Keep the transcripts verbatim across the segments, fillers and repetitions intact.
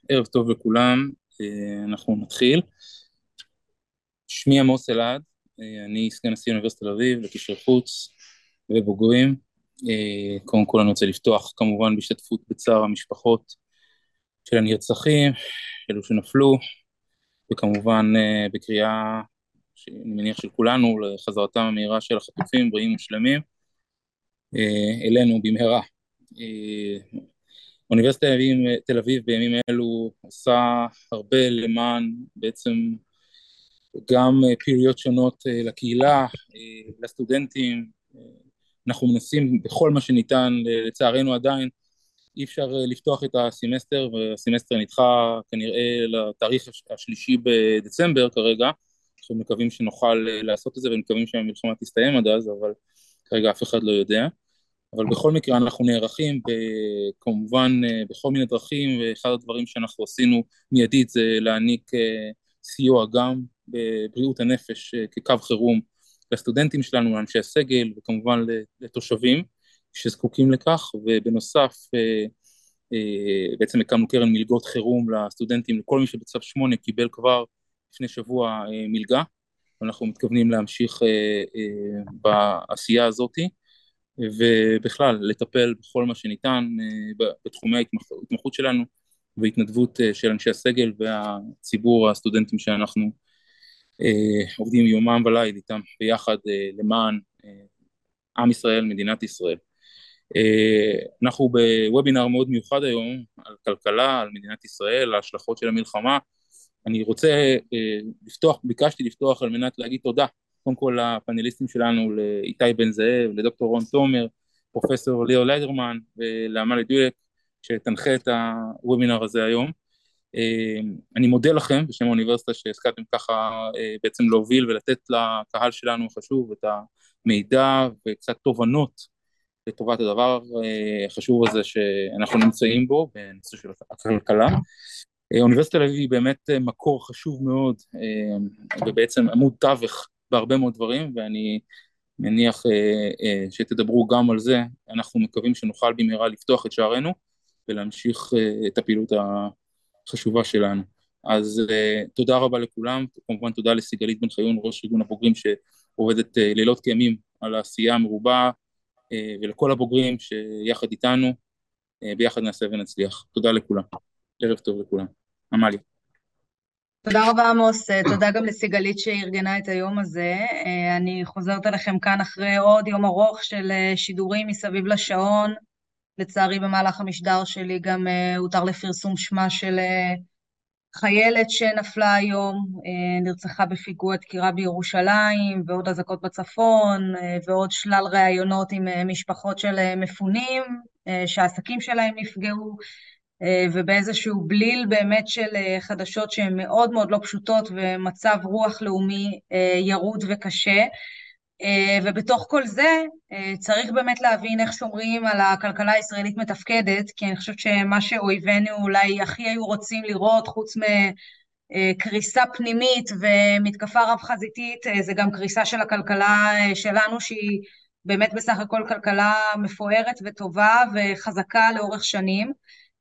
ערב טוב לכולם, אה, אנחנו נתחיל. שמי עמוס אלעד, אה, אני סגן נשיא אוניברסיטת תל אביב לקשרי חוץ ובוגרים. אה, קודם כל אני רוצה לפתוח כמובן בהשתתפות בצער המשפחות של הנרצחים, אלו שנפלו, וכמובן אה, בקריאה שאני מניח של כולנו לחזרתם המהירה של החטופים בריאים ושלמים אה, אלינו במהרה. אה, אוניברסיטת תל אביב בימים אלו עושה הרבה למען בעצם גם אה, פעילויות שונות אה, לקהילה, אה, לסטודנטים. אה, אנחנו מנסים בכל מה שניתן, אה, לצערנו עדיין אי אפשר אה, לפתוח את הסמסטר, והסמסטר נדחה כנראה לתאריך הש- השלישי בדצמבר כרגע. אנחנו מקווים שנוכל אה, לעשות את זה ומקווים שהמלחמה תסתיים עד אז, אבל כרגע אף אחד לא יודע. אבל בכל מקרה אנחנו נערכים ב- כמובן אה, בכל מיני דרכים, ואחד הדברים שאנחנו עשינו מיידית זה להעניק אה, סיוע גם בבריאות הנפש אה, כקו חירום לסטודנטים שלנו, לאנשי הסגל וכמובן לתושבים שזקוקים לכך. ובנוסף אה, אה, בעצם הקמנו קרן מלגות חירום לסטודנטים, לכל מי שבצו שמונה קיבל כבר לפני שבוע אה, מלגה, ואנחנו מתכוונים להמשיך אה, אה, בעשייה הזאתי, ובכלל לטפל בכל מה שניתן אה, בתחומי ההתמחות שלנו והתנדבות אה, של אנשי הסגל והציבור הסטודנטים שאנחנו אה, עובדים יומם וליל איתם ביחד אה, למען אה, עם ישראל, מדינת ישראל. אה, אנחנו בוובינר מאוד מיוחד היום על כלכלה, על מדינת ישראל, על ההשלכות של המלחמה. אני רוצה אה, לפתוח, ביקשתי לפתוח על מנת להגיד תודה קודם כל לפאנליסטים שלנו, לאיתי בן זאב, לדוקטור רון תומר, פרופסור ליאור ליידרמן ולעמל דואק שתנחה את הוובינר הזה היום. אה, אני מודה לכם בשם האוניברסיטה שהסכמתם ככה אה, בעצם להוביל ולתת לקהל שלנו החשוב את המידע וקצת תובנות לטובת הדבר אה, החשוב הזה שאנחנו נמצאים בו בנושא של הכלכלה. אוניברסיטת תל אביב היא באמת מקור חשוב מאוד אה, ובעצם עמוד תווך בהרבה מאוד דברים, ואני מניח אה, אה, שתדברו גם על זה. אנחנו מקווים שנוכל במהרה לפתוח את שערינו ולהמשיך אה, את הפעילות החשובה שלנו. אז אה, תודה רבה לכולם, כמובן תודה לסיגלית בן חיון, ראש ארגון הבוגרים שעובדת אה, לילות כימים על העשייה המרובה, אה, ולכל הבוגרים שיחד איתנו, אה, ביחד נעשה ונצליח. תודה לכולם, ערב טוב לכולם. עמלי. תודה רבה עמוס, תודה גם לסיגלית שארגנה את היום הזה. אני חוזרת אליכם כאן אחרי עוד יום ארוך של שידורים מסביב לשעון. לצערי במהלך המשדר שלי גם הותר לפרסום שמה של חיילת שנפלה היום, נרצחה בפיגוע דקירה בירושלים, ועוד אזעקות בצפון, ועוד שלל ראיונות עם משפחות של מפונים שהעסקים שלהם נפגעו, ובאיזשהו בליל באמת של חדשות שהן מאוד מאוד לא פשוטות ומצב רוח לאומי ירוד וקשה. ובתוך כל זה צריך באמת להבין איך שומרים על הכלכלה הישראלית מתפקדת, כי אני חושבת שמה שאויבינו אולי הכי היו רוצים לראות חוץ מקריסה פנימית ומתקפה רב חזיתית, זה גם קריסה של הכלכלה שלנו, שהיא באמת בסך הכל כלכלה מפוארת וטובה וחזקה לאורך שנים.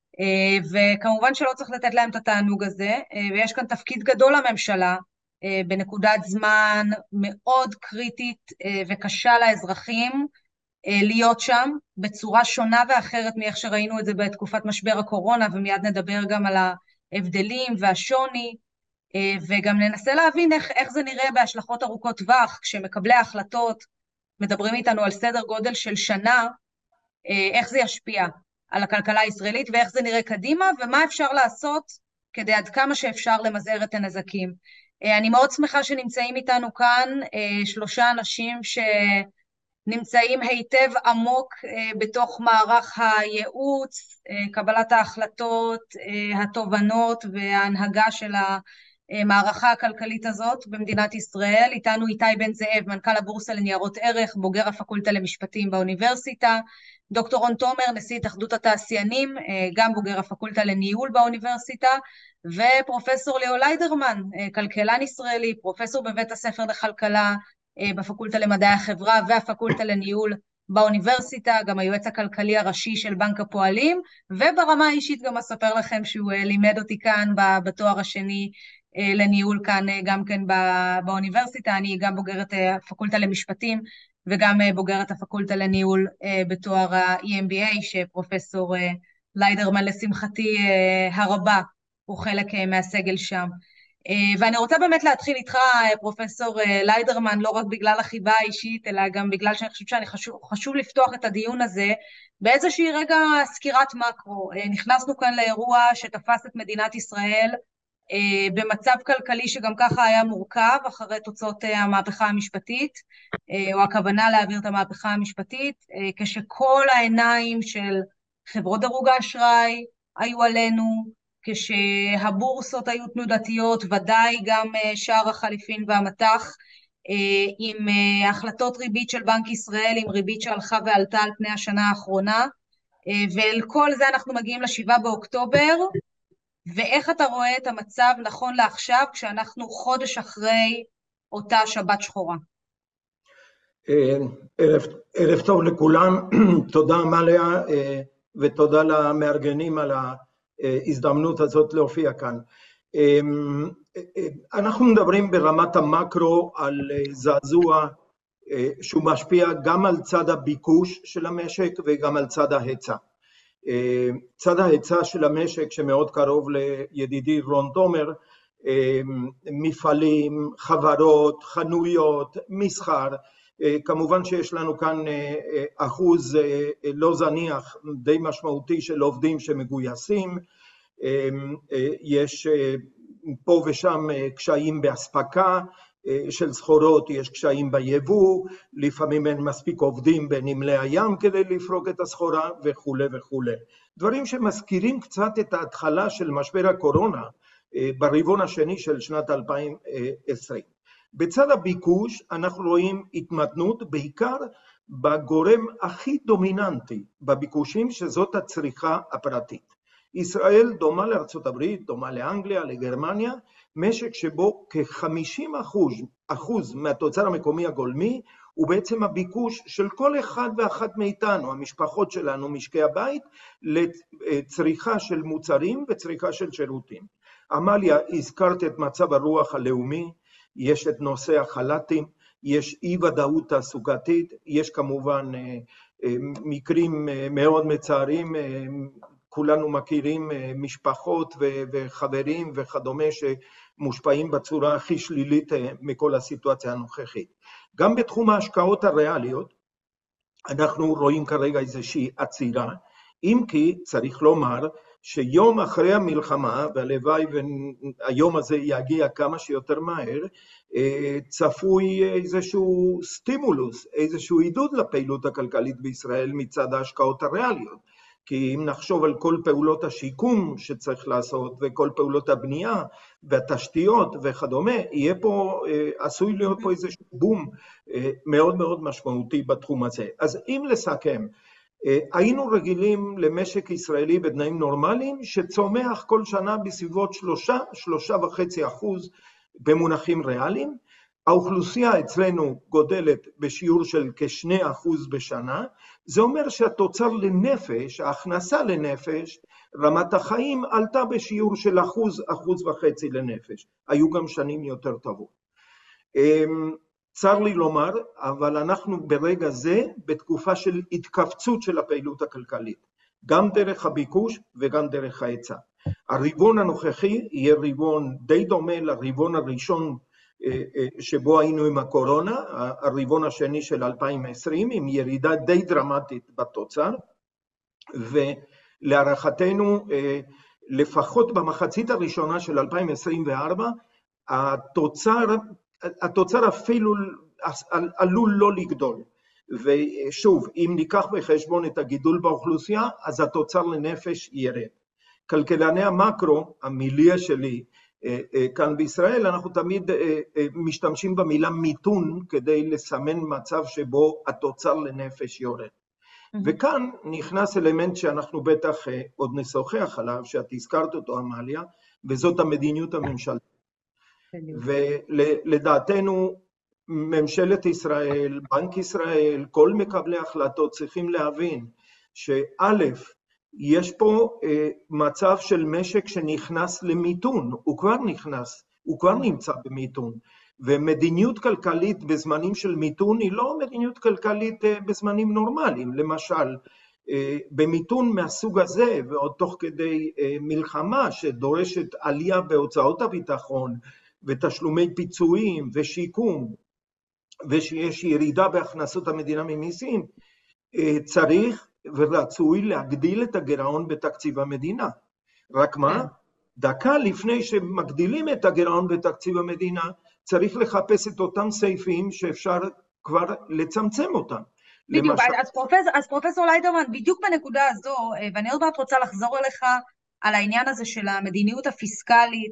וכמובן שלא צריך לתת להם את התענוג הזה, ויש כאן תפקיד גדול לממשלה בנקודת זמן מאוד קריטית וקשה לאזרחים להיות שם בצורה שונה ואחרת מאיך שראינו את זה בתקופת משבר הקורונה, ומיד נדבר גם על ההבדלים והשוני, וגם ננסה להבין איך, איך זה נראה בהשלכות ארוכות טווח, כשמקבלי ההחלטות מדברים איתנו על סדר גודל של שנה, איך זה ישפיע על הכלכלה הישראלית ואיך זה נראה קדימה, ומה אפשר לעשות כדי עד כמה שאפשר למזער את הנזקים. אני מאוד שמחה שנמצאים איתנו כאן שלושה אנשים שנמצאים היטב עמוק בתוך מערך הייעוץ, קבלת ההחלטות, התובנות וההנהגה של המערכה הכלכלית הזאת במדינת ישראל. איתנו איתי בן זאב, מנכ"ל הבורסה לניירות ערך, בוגר הפקולטה למשפטים באוניברסיטה, דוקטור רון תומר, נשיא התאחדות התעשיינים, גם בוגר הפקולטה לניהול באוניברסיטה, ופרופסור ליאור ליידרמן, כלכלן ישראלי, פרופסור בבית הספר לכלכלה בפקולטה למדעי החברה והפקולטה לניהול באוניברסיטה, גם היועץ הכלכלי הראשי של בנק הפועלים, וברמה האישית גם אספר לכם שהוא לימד אותי כאן בתואר השני לניהול כאן גם כן באוניברסיטה. אני גם בוגרת הפקולטה למשפטים, וגם בוגרת הפקולטה לניהול בתואר ה-E M B A, שפרופסור ליידרמן לשמחתי הרבה הוא חלק מהסגל שם. ואני רוצה באמת להתחיל איתך, פרופסור ליידרמן, לא רק בגלל החיבה האישית, אלא גם בגלל שאני חושבת שאני חשוב, חשוב לפתוח את הדיון הזה באיזושהי רגע סקירת מקרו. נכנסנו כאן לאירוע שתפס את מדינת ישראל במצב כלכלי שגם ככה היה מורכב אחרי תוצאות המהפכה המשפטית, או הכוונה להעביר את המהפכה המשפטית, כשכל העיניים של חברות דירוג האשראי היו עלינו, כשהבורסות היו תנודתיות, ודאי גם שער החליפין והמטח, עם החלטות ריבית של בנק ישראל, עם ריבית שהלכה ועלתה על פני השנה האחרונה, ואל כל זה אנחנו מגיעים לשבעה באוקטובר, ואיך אתה רואה את המצב נכון לעכשיו, כשאנחנו חודש אחרי אותה שבת שחורה? ערב, ערב טוב לכולם, תודה מליה, ותודה למארגנים על ההזדמנות הזאת להופיע כאן. אנחנו מדברים ברמת המקרו על זעזוע שהוא משפיע גם על צד הביקוש של המשק וגם על צד ההיצע. צד ההיצע של המשק שמאוד קרוב לידידי רון תומר, מפעלים, חברות, חנויות, מסחר, כמובן שיש לנו כאן אחוז לא זניח, די משמעותי של עובדים שמגויסים, יש פה ושם קשיים בהספקה של סחורות, יש קשיים ביבוא, לפעמים אין מספיק עובדים בנמלי הים כדי לפרוק את הסחורה וכו' וכו'. דברים שמזכירים קצת את ההתחלה של משבר הקורונה ברבעון השני של שנת אלפיים ועשרים. בצד הביקוש אנחנו רואים התמתנות בעיקר בגורם הכי דומיננטי בביקושים, שזאת הצריכה הפרטית. ישראל דומה לארצות הברית, דומה לאנגליה, לגרמניה, משק שבו כ-חמישים אחוז מהתוצר המקומי הגולמי הוא בעצם הביקוש של כל אחד ואחת מאיתנו, המשפחות שלנו, משקי הבית, לצריכה של מוצרים וצריכה של שירותים. עמליה, הזכרת את מצב הרוח הלאומי, יש את נושא החל"תים, יש אי ודאות תעסוקתית, יש כמובן מקרים מאוד מצערים, כולנו מכירים משפחות וחברים וכדומה שמושפעים בצורה הכי שלילית מכל הסיטואציה הנוכחית. גם בתחום ההשקעות הריאליות, אנחנו רואים כרגע איזושהי עצירה, אם כי צריך לומר שיום אחרי המלחמה, והלוואי והיום הזה יגיע כמה שיותר מהר, צפוי איזשהו סטימולוס, איזשהו עידוד לפעילות הכלכלית בישראל מצד ההשקעות הריאליות. כי אם נחשוב על כל פעולות השיקום שצריך לעשות, וכל פעולות הבנייה והתשתיות וכדומה, יהיה פה, עשוי להיות פה איזשהו בום מאוד מאוד משמעותי בתחום הזה. אז אם לסכם, היינו רגילים למשק ישראלי בתנאים נורמליים, שצומח כל שנה בסביבות שלושה, שלושה וחצי אחוז במונחים ריאליים. האוכלוסייה אצלנו גודלת בשיעור של כשני אחוז בשנה, זה אומר שהתוצר לנפש, ההכנסה לנפש, רמת החיים עלתה בשיעור של אחוז, אחוז וחצי לנפש. היו גם שנים יותר טובות. צר לי לומר, אבל אנחנו ברגע זה בתקופה של התכווצות של הפעילות הכלכלית, גם דרך הביקוש וגם דרך ההיצע. הרבעון הנוכחי יהיה רבעון די דומה לרבעון הראשון שבו היינו עם הקורונה, הרבעון השני של אלפיים ועשרים, עם ירידה די דרמטית בתוצר, ולהערכתנו, לפחות במחצית הראשונה של אלפיים עשרים וארבע, התוצר, התוצר אפילו עלול לא לגדול. ושוב, אם ניקח בחשבון את הגידול באוכלוסייה, אז התוצר לנפש ירד. כלכלני המקרו, המיליה שלי, כאן בישראל, אנחנו תמיד משתמשים במילה מיתון כדי לסמן מצב שבו התוצר לנפש יורד. וכאן נכנס אלמנט שאנחנו בטח עוד נשוחח עליו, שאת הזכרת אותו עמליה, וזאת המדיניות הממשלתית. ולדעתנו, ממשלת ישראל, בנק ישראל, כל מקבלי החלטות צריכים להבין שא', יש פה אה, מצב של משק שנכנס למיתון, הוא כבר נכנס, הוא כבר נמצא במיתון, ומדיניות כלכלית בזמנים של מיתון היא לא מדיניות כלכלית אה, בזמנים נורמליים, למשל, אה, במיתון מהסוג הזה, ועוד תוך כדי אה, מלחמה שדורשת עלייה בהוצאות הביטחון, ותשלומי פיצויים ושיקום, ושיש ירידה בהכנסות המדינה ממיסים, צריך ורצוי להגדיל את הגירעון בתקציב המדינה. רק מה? דקה לפני שמגדילים את הגירעון בתקציב המדינה, צריך לחפש את אותם סעיפים שאפשר כבר לצמצם אותם. בדיוק, למשל... אז, פרופסור, אז פרופסור ליידרמן, בדיוק בנקודה הזו, ואני עוד מעט רוצה לחזור אליך על העניין הזה של המדיניות הפיסקלית,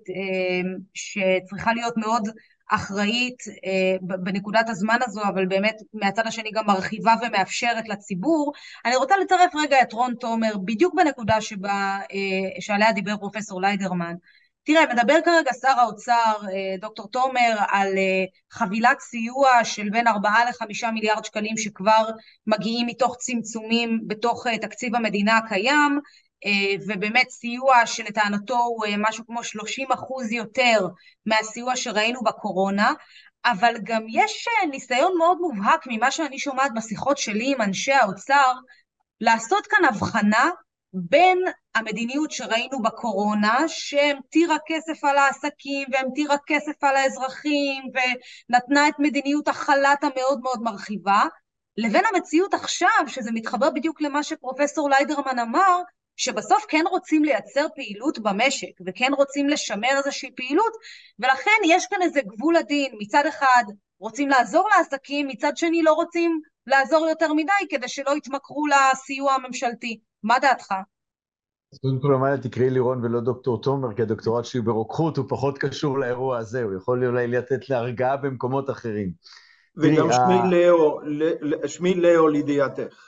שצריכה להיות מאוד אחראית בנקודת הזמן הזו, אבל באמת מהצד השני גם מרחיבה ומאפשרת לציבור. אני רוצה לצרף רגע את רון תומר, בדיוק בנקודה שבה, שעליה דיבר פרופסור ליידרמן. תראה, מדבר כרגע שר האוצר, דוקטור תומר, על חבילת סיוע של בין ארבעה לחמישה מיליארד שקלים שכבר מגיעים מתוך צמצומים בתוך תקציב המדינה הקיים, ובאמת סיוע שלטענתו הוא משהו כמו שלושים אחוז יותר מהסיוע שראינו בקורונה, אבל גם יש ניסיון מאוד מובהק ממה שאני שומעת בשיחות שלי עם אנשי האוצר, לעשות כאן הבחנה בין המדיניות שראינו בקורונה, שהמטירה כסף על העסקים והמטירה כסף על האזרחים ונתנה את מדיניות החל"ת המאוד מאוד מרחיבה, לבין המציאות עכשיו, שזה מתחבר בדיוק למה שפרופסור ליידרמן אמר, שבסוף כן רוצים לייצר פעילות במשק, וכן רוצים לשמר איזושהי פעילות, ולכן יש כאן איזה גבול הדין, מצד אחד רוצים לעזור לעסקים, מצד שני לא רוצים לעזור יותר מדי, כדי שלא יתמכרו לסיוע הממשלתי. מה דעתך? אז קודם כל, אמרה, תקראי לי רון ולא דוקטור תומר, כי הדוקטורט שלי ברוקחות הוא פחות קשור לאירוע הזה, הוא יכול אולי לתת להרגעה במקומות אחרים. וגם שמי לאו, שמי לאו לידיעתך.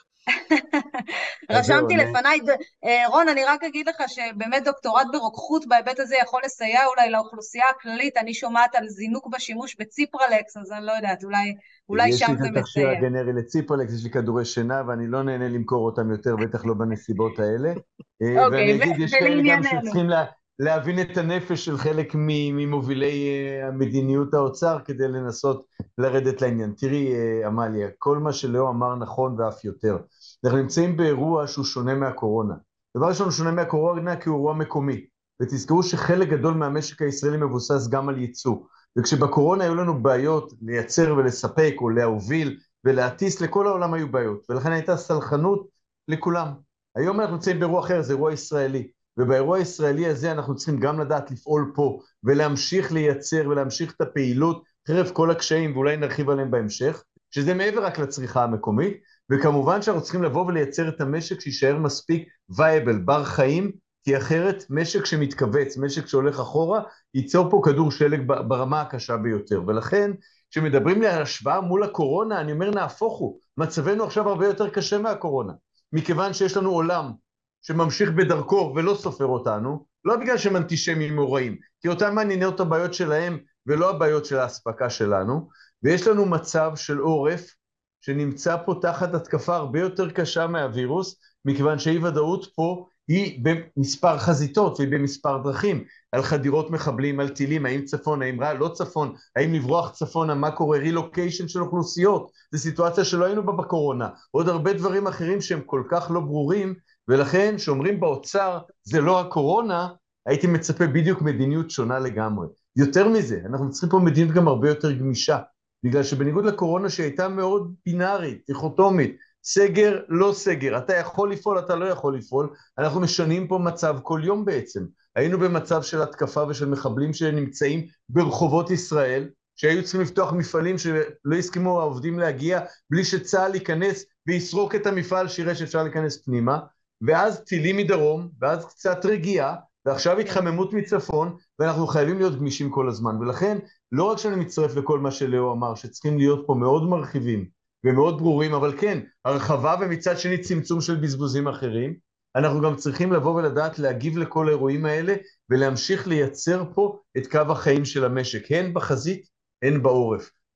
רשמתי לפניי, רון, אני רק אגיד לך שבאמת דוקטורט ברוקחות בהיבט הזה יכול לסייע אולי לאוכלוסייה הכללית, אני שומעת על זינוק בשימוש בציפרלקס, אז אני לא יודעת, אולי, אולי שם זה מסייע. יש לי את התכשיר הגנרי לציפרלקס, יש לי כדורי שינה, ואני לא נהנה למכור אותם יותר, בטח לא בנסיבות האלה. ואני אגיד, יש כאלה גם שצריכים להבין את הנפש של חלק ממובילי המדיניות האוצר, כדי לנסות לרדת לעניין. תראי, אמליה, כל מה שלאו אמר נכון ואף יותר. אנחנו נמצאים באירוע שהוא שונה מהקורונה. דבר ראשון, הוא שונה מהקורונה כי הוא אירוע מקומי. ותזכרו שחלק גדול מהמשק הישראלי מבוסס גם על ייצוא. וכשבקורונה היו לנו בעיות לייצר ולספק או להוביל ולהטיס, לכל העולם היו בעיות. ולכן הייתה סלחנות לכולם. היום אנחנו נמצאים באירוע אחר, זה אירוע ישראלי. ובאירוע הישראלי הזה אנחנו צריכים גם לדעת לפעול פה, ולהמשיך לייצר ולהמשיך את הפעילות, חרף כל הקשיים, ואולי נרחיב עליהם בהמשך, שזה מעבר רק לצריכה המקומית, וכמובן שאנחנו צריכים לבוא ולייצר את המשק שישאר מספיק וייבל, בר חיים, כי אחרת משק שמתכווץ, משק שהולך אחורה, ייצור פה כדור שלג ברמה הקשה ביותר. ולכן, כשמדברים לי על השוואה מול הקורונה, אני אומר נהפוך הוא, מצבנו עכשיו הרבה יותר קשה מהקורונה, מכיוון שיש לנו עולם שממשיך בדרכו ולא סופר אותנו, לא בגלל שהם אנטישמים מוראים, כי אותם מעניינות את הבעיות שלהם ולא הבעיות של ההספקה שלנו, ויש לנו מצב של עורף שנמצא פה תחת התקפה הרבה יותר קשה מהווירוס, מכיוון שהאי ודאות פה היא במספר חזיתות והיא במספר דרכים, על חדירות מחבלים, על טילים, האם צפון, האם רע, לא צפון, האם לברוח צפונה, מה קורה, רילוקיישן של אוכלוסיות, זו סיטואציה שלא היינו בה בקורונה, עוד הרבה דברים אחרים שהם כל כך לא ברורים, ולכן שאומרים באוצר, זה לא הקורונה, הייתי מצפה בדיוק מדיניות שונה לגמרי. יותר מזה, אנחנו צריכים פה מדיניות גם הרבה יותר גמישה, בגלל שבניגוד לקורונה שהייתה מאוד בינארית, דיכוטומית, סגר, לא סגר, אתה יכול לפעול, אתה לא יכול לפעול, אנחנו משנים פה מצב כל יום בעצם. היינו במצב של התקפה ושל מחבלים שנמצאים ברחובות ישראל, שהיו צריכים לפתוח מפעלים שלא הסכימו העובדים להגיע, בלי שצה"ל ייכנס ויסרוק את המפעל שיראה שאפשר להיכנס פנימה, ואז טילים מדרום, ואז קצת רגיעה, ועכשיו התחממות מצפון, ואנחנו חייבים להיות גמישים כל הזמן. ולכן, לא רק שאני מצטרף לכל מה שלאו אמר, שצריכים להיות פה מאוד מרחיבים ומאוד ברורים, אבל כן, הרחבה ומצד שני צמצום של בזבוזים אחרים, אנחנו גם צריכים לבוא ולדעת להגיב לכל האירועים האלה, ולהמשיך לייצר פה את קו החיים של המשק, הן בחזית, הן בעורף.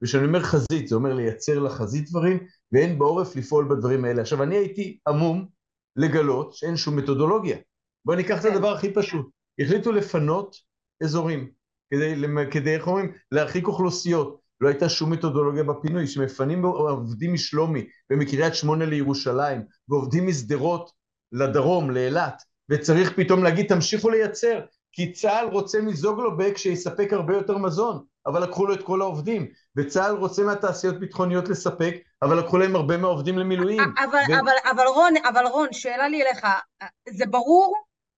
וכשאני אומר חזית, זה אומר לייצר לחזית דברים, ואין בעורף לפעול בדברים האלה. עכשיו, אני הייתי עמום לגלות שאין שום מתודולוגיה. בואו ניקח את הדבר הכי פשוט. החליטו לפנות אזורים, כדי, כדי, איך אומרים, להרחיק אוכלוסיות. לא הייתה שום מתודולוגיה בפינוי, שמפנים עובדים משלומי, ומקריית שמונה לירושלים, ועובדים מסדרות לדרום, לאילת, וצריך פתאום להגיד, תמשיכו לייצר, כי צה"ל רוצה מזוגלובק שיספק הרבה יותר מזון, אבל לקחו לו את כל העובדים, וצה"ל רוצה מהתעשיות ביטחוניות לספק, אבל לקחו להם הרבה מהעובדים למילואים. אבל, ו... אבל, אבל רון, אבל רון, שאלה לי אליך, זה ברור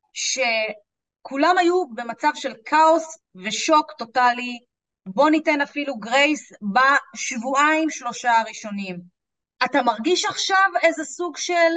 שכולם היו במצב של כאוס ושוק טוטלי, בוא ניתן אפילו גרייס בשבועיים שלושה הראשונים. אתה מרגיש עכשיו איזה סוג של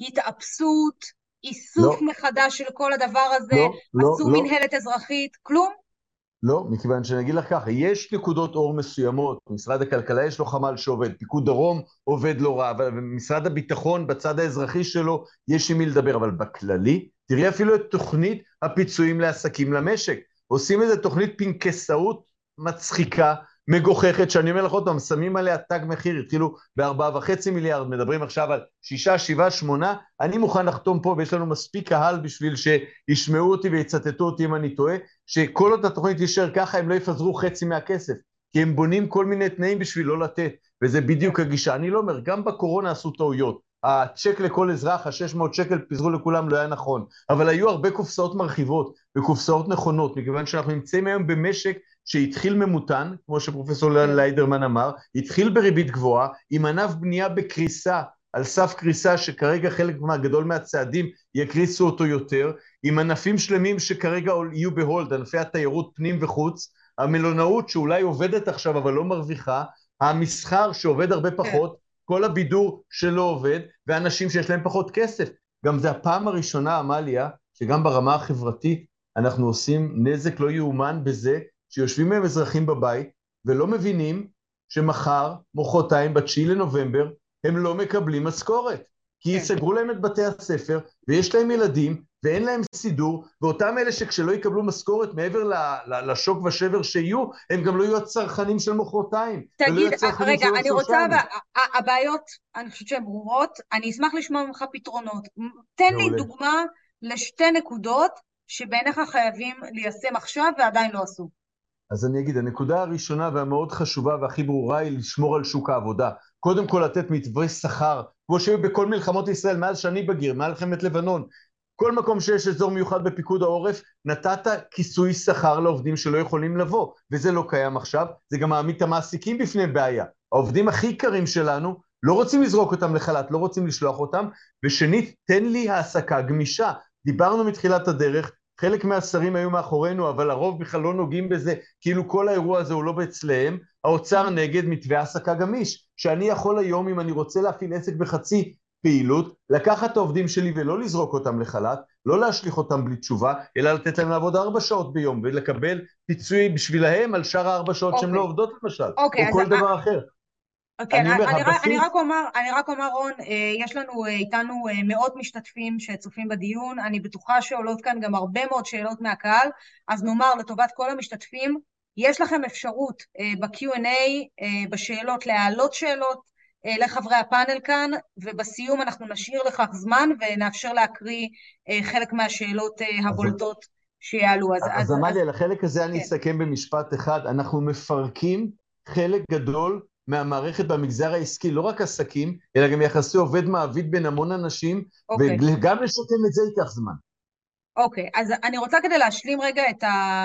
התאפסות, איסוף לא. מחדש של כל הדבר הזה, לא, עשו לא, מנהלת לא. אזרחית, כלום? לא, מכיוון שאני אגיד לך ככה, יש נקודות אור מסוימות, משרד הכלכלה יש לו חמ"ל שעובד, פיקוד דרום עובד לא רע, אבל משרד הביטחון בצד האזרחי שלו יש עם מי לדבר, אבל בכללי, תראי אפילו את תוכנית הפיצויים לעסקים למשק, עושים איזה תוכנית פנקסאות מצחיקה, מגוחכת, שאני אומר לך אותם, שמים עליה תג מחיר, התחילו בארבעה וחצי מיליארד, מדברים עכשיו על שישה, שבעה, שמונה, אני מוכן לחתום פה, ויש לנו מספיק קהל בשביל שישמעו אותי ויצטטו אותי אם אני טועה, שכל אותה תוכנית יישאר ככה, הם לא יפזרו חצי מהכסף, כי הם בונים כל מיני תנאים בשביל לא לתת, וזה בדיוק הגישה. אני לא אומר, גם בקורונה עשו טעויות, הצ'ק לכל אזרח, ה-שש מאות שקל פיזרו לכולם, לא היה נכון, אבל היו הרבה קופסאות מרחיבות, וקופסאות נכונות, מכיוון שאנחנו נמצאים היום במשק שהתחיל ממותן, כמו שפרופסור ליידרמן אמר, התחיל בריבית גבוהה, עם ענף בנייה בקריסה, על סף קריסה שכרגע חלק מהגדול מהצעדים יקריסו אותו יותר, עם ענפים שלמים שכרגע יהיו בהולד, ענפי התיירות פנים וחוץ, המלונאות שאולי עובדת עכשיו אבל לא מרוויחה, המסחר שעובד הרבה פחות, כל הבידור שלא עובד, ואנשים שיש להם פחות כסף. גם זה הפעם הראשונה, אמליה, שגם ברמה החברתית אנחנו עושים נזק לא יאומן בזה, שיושבים מהם אזרחים בבית, ולא מבינים שמחר, מוחרתיים, בתשיעי לנובמבר, הם לא מקבלים משכורת. כי יסגרו להם את בתי הספר, ויש להם ילדים, ואין להם סידור, ואותם אלה שכשלא יקבלו משכורת, מעבר לשוק ושבר שיהיו, הם גם לא יהיו הצרכנים של מוחרתיים. תגיד, רגע, אני רוצה, הבעיות, אני חושבת שהן ברורות, אני אשמח לשמוע ממך פתרונות. תן לי דוגמה לשתי נקודות, שבעיניך חייבים ליישם עכשיו, ועדיין לא עשו. אז אני אגיד, הנקודה הראשונה והמאוד חשובה והכי ברורה היא לשמור על שוק העבודה. קודם כל לתת מתווה שכר, כמו שהיו בכל מלחמות ישראל, מאז שאני בגיר, מעל מלחמת לבנון. כל מקום שיש אזור מיוחד בפיקוד העורף, נתת כיסוי שכר לעובדים שלא יכולים לבוא, וזה לא קיים עכשיו, זה גם מעמיד את המעסיקים בפני בעיה. העובדים הכי יקרים שלנו, לא רוצים לזרוק אותם לחל"ת, לא רוצים לשלוח אותם, ושנית, תן לי העסקה גמישה. דיברנו מתחילת הדרך, חלק מהשרים היו מאחורינו, אבל הרוב בכלל לא נוגעים בזה, כאילו כל האירוע הזה הוא לא אצלם, האוצר נגד מתווה העסקה גמיש, שאני יכול היום, אם אני רוצה להפעיל עסק בחצי פעילות, לקחת את העובדים שלי ולא לזרוק אותם לחל"ת, לא להשליך אותם בלי תשובה, אלא לתת להם לעבוד ארבע שעות ביום, ולקבל פיצוי בשבילהם על שאר הארבע שעות okay. שהן לא עובדות למשל, okay, או כל דבר I... אחר. כן, אני, אני, הבסיס... אני, רק אומר, אני רק אומר, רון, יש לנו איתנו מאות משתתפים שצופים בדיון, אני בטוחה שעולות כאן גם הרבה מאוד שאלות מהקהל, אז נאמר לטובת כל המשתתפים, יש לכם אפשרות ב-קיו אנד איי, בשאלות, להעלות שאלות לחברי הפאנל כאן, ובסיום אנחנו נשאיר לכך זמן, ונאפשר להקריא חלק מהשאלות הבולטות שיעלו. אז, אז, אז אמרתי, אז... לחלק הזה כן. אני אסכם במשפט אחד, אנחנו מפרקים חלק גדול, מהמערכת במגזר העסקי, לא רק עסקים, אלא גם יחסי עובד מעביד בין המון אנשים, okay. וגם לשקם את זה ייקח זמן. אוקיי, okay. אז אני רוצה כדי להשלים רגע את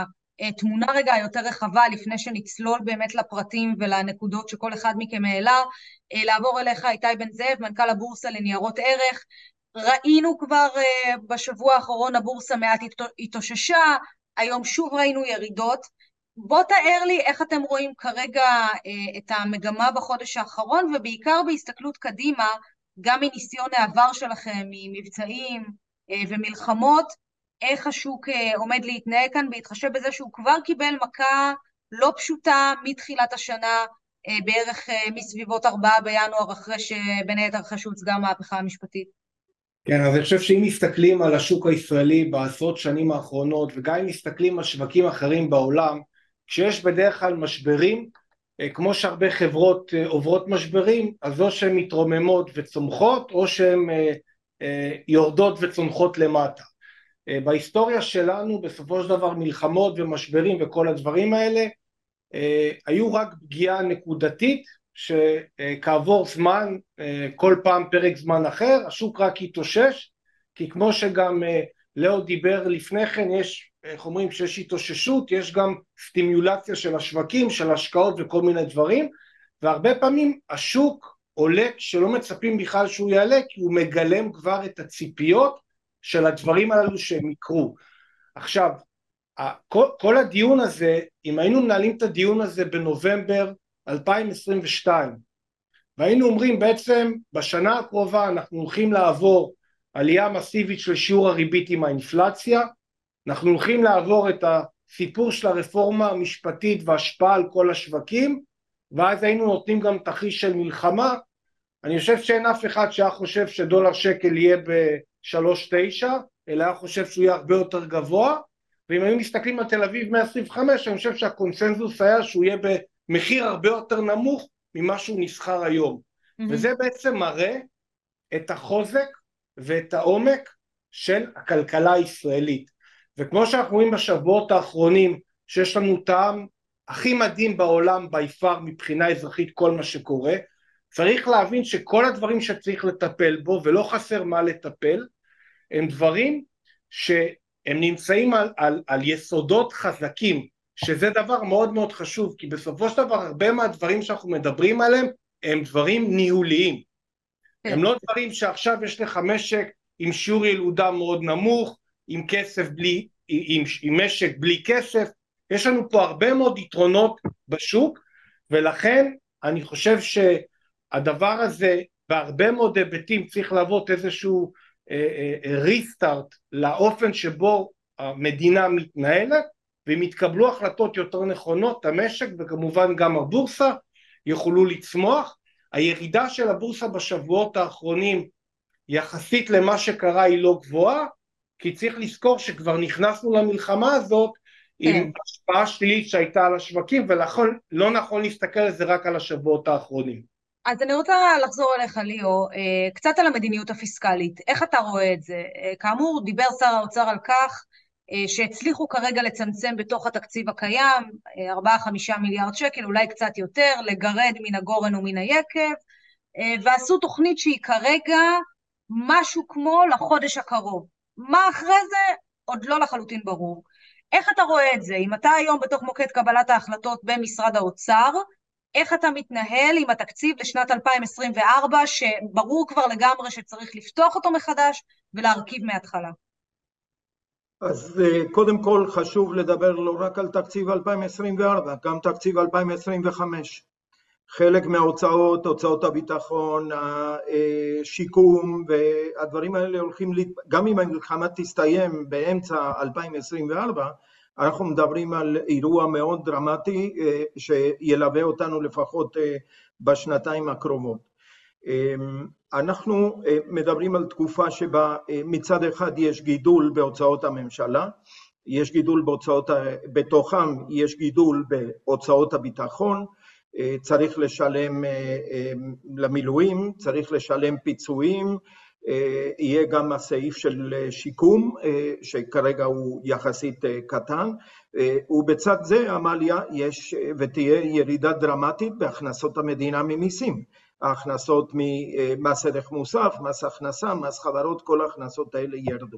התמונה רגע היותר רחבה, לפני שנצלול באמת לפרטים ולנקודות שכל אחד מכם העלה, לעבור אליך איתי בן זאב, מנכ"ל הבורסה לניירות ערך, ראינו כבר בשבוע האחרון הבורסה מעט התאוששה, היום שוב ראינו ירידות, בוא תאר לי איך אתם רואים כרגע אה, את המגמה בחודש האחרון, ובעיקר בהסתכלות קדימה, גם מניסיון העבר שלכם, ממבצעים אה, ומלחמות, איך השוק אה, עומד להתנהג כאן, בהתחשב בזה שהוא כבר קיבל מכה לא פשוטה מתחילת השנה, אה, בערך אה, מסביבות ארבעה בינואר, אחרי שבין היתר אחרי שהוצגה המהפכה המשפטית. כן, אז אני חושב שאם מסתכלים על השוק הישראלי בעשרות שנים האחרונות, וגם אם מסתכלים על שווקים אחרים בעולם, כשיש בדרך כלל משברים, כמו שהרבה חברות עוברות משברים, אז או שהן מתרוממות וצומחות, או שהן יורדות וצונחות למטה. בהיסטוריה שלנו, בסופו של דבר, מלחמות ומשברים וכל הדברים האלה, היו רק פגיעה נקודתית, שכעבור זמן, כל פעם פרק זמן אחר, השוק רק יתאושש, כי כמו שגם לאו דיבר לפני כן, יש, איך אומרים, שיש התאוששות, יש גם סטימולציה של השווקים, של השקעות וכל מיני דברים, והרבה פעמים השוק עולה כשלא מצפים בכלל שהוא יעלה, כי הוא מגלם כבר את הציפיות של הדברים הללו שהם יקרו. עכשיו, כל, כל הדיון הזה, אם היינו מנהלים את הדיון הזה בנובמבר אלפיים עשרים ושתיים, והיינו אומרים בעצם בשנה הקרובה אנחנו הולכים לעבור עלייה מסיבית של שיעור הריבית עם האינפלציה, אנחנו הולכים לעבור את הסיפור של הרפורמה המשפטית והשפעה על כל השווקים, ואז היינו נותנים גם תרחיש של מלחמה. אני חושב שאין אף אחד שהיה חושב שדולר שקל יהיה ב-שלוש נקודה תשע, אלא היה חושב שהוא יהיה הרבה יותר גבוה, ואם היו מסתכלים על תל אביב מאה עשרים וחמש, אני חושב שהקונסנזוס היה שהוא יהיה במחיר הרבה יותר נמוך ממה שהוא נסחר היום. Mm-hmm. וזה בעצם מראה את החוזק ואת העומק של הכלכלה הישראלית. וכמו שאנחנו רואים בשבועות האחרונים, שיש לנו טעם הכי מדהים בעולם ביפר מבחינה אזרחית כל מה שקורה, צריך להבין שכל הדברים שצריך לטפל בו, ולא חסר מה לטפל, הם דברים שהם נמצאים על, על, על יסודות חזקים, שזה דבר מאוד מאוד חשוב, כי בסופו של דבר הרבה מהדברים שאנחנו מדברים עליהם, הם דברים ניהוליים. הם לא דברים שעכשיו יש לך משק עם שיעור ילודה מאוד נמוך, עם כסף בלי, עם, עם משק בלי כסף, יש לנו פה הרבה מאוד יתרונות בשוק, ולכן אני חושב שהדבר הזה בהרבה מאוד היבטים צריך לעבוד איזשהו ריסטארט לאופן שבו המדינה מתנהלת, ואם יתקבלו החלטות יותר נכונות, המשק וכמובן גם הבורסה יוכלו לצמוח. הירידה של הבורסה בשבועות האחרונים יחסית למה שקרה היא לא גבוהה, כי צריך לזכור שכבר נכנסנו למלחמה הזאת עם השפעה שלילית שהייתה על השווקים, ולכן לא נכון להסתכל על זה רק על השבועות האחרונים. אז אני רוצה לחזור אליך, ליאו, קצת על המדיניות הפיסקלית. איך אתה רואה את זה? כאמור, דיבר שר האוצר על כך שהצליחו כרגע לצמצם בתוך התקציב הקיים, ארבעה חמישה מיליארד שקל, אולי קצת יותר, לגרד מן הגורן ומן היקב, ועשו תוכנית שהיא כרגע משהו כמו לחודש הקרוב. מה אחרי זה? עוד לא לחלוטין ברור. איך אתה רואה את זה? אם אתה היום בתוך מוקד קבלת ההחלטות במשרד האוצר, איך אתה מתנהל עם התקציב לשנת אלפיים עשרים וארבע, שברור כבר לגמרי שצריך לפתוח אותו מחדש ולהרכיב מההתחלה? אז קודם כל חשוב לדבר לא רק על תקציב אלפיים עשרים וארבע, גם תקציב אלפיים עשרים וחמש. חלק מההוצאות, הוצאות הביטחון, השיקום והדברים האלה הולכים, גם אם המלחמה תסתיים באמצע אלפיים עשרים וארבע, אנחנו מדברים על אירוע מאוד דרמטי שילווה אותנו לפחות בשנתיים הקרובות. אנחנו מדברים על תקופה שבה מצד אחד יש גידול בהוצאות הממשלה, יש גידול בהוצאות, בתוכם יש גידול בהוצאות הביטחון, צריך לשלם למילואים, צריך לשלם פיצויים, יהיה גם הסעיף של שיקום שכרגע הוא יחסית קטן, ובצד זה עמליה יש ותהיה ירידה דרמטית בהכנסות המדינה ממיסים, ההכנסות ממס ערך מוסף, מס הכנסה, מס חברות, כל ההכנסות האלה ירדו.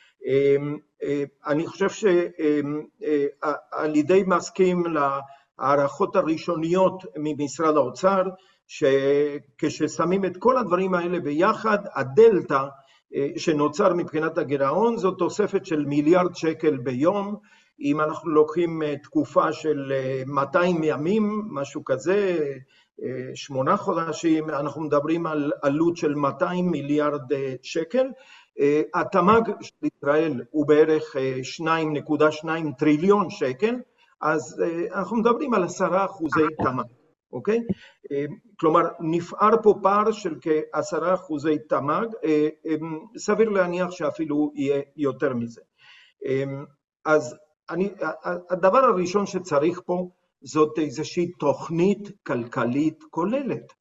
אני חושב שעל ידי מסכים להערכות הראשוניות ממשרד האוצר, שכששמים את כל הדברים האלה ביחד, הדלטה שנוצר מבחינת הגירעון, זו תוספת של מיליארד שקל ביום. אם אנחנו לוקחים תקופה של מאתיים ימים, משהו כזה, שמונה חודשים, אנחנו מדברים על עלות של מאתיים מיליארד שקל. התמ"ג של ישראל הוא בערך שתיים נקודה שתיים טריליון שקל, אז אנחנו מדברים על עשרה אחוזי תמ"ג. אוקיי? כלומר, נפער פה פער של כעשרה אחוזי תמ"ג, סביר להניח שאפילו יהיה יותר מזה. אז אני, הדבר הראשון שצריך פה זאת איזושהי תוכנית כלכלית כוללת.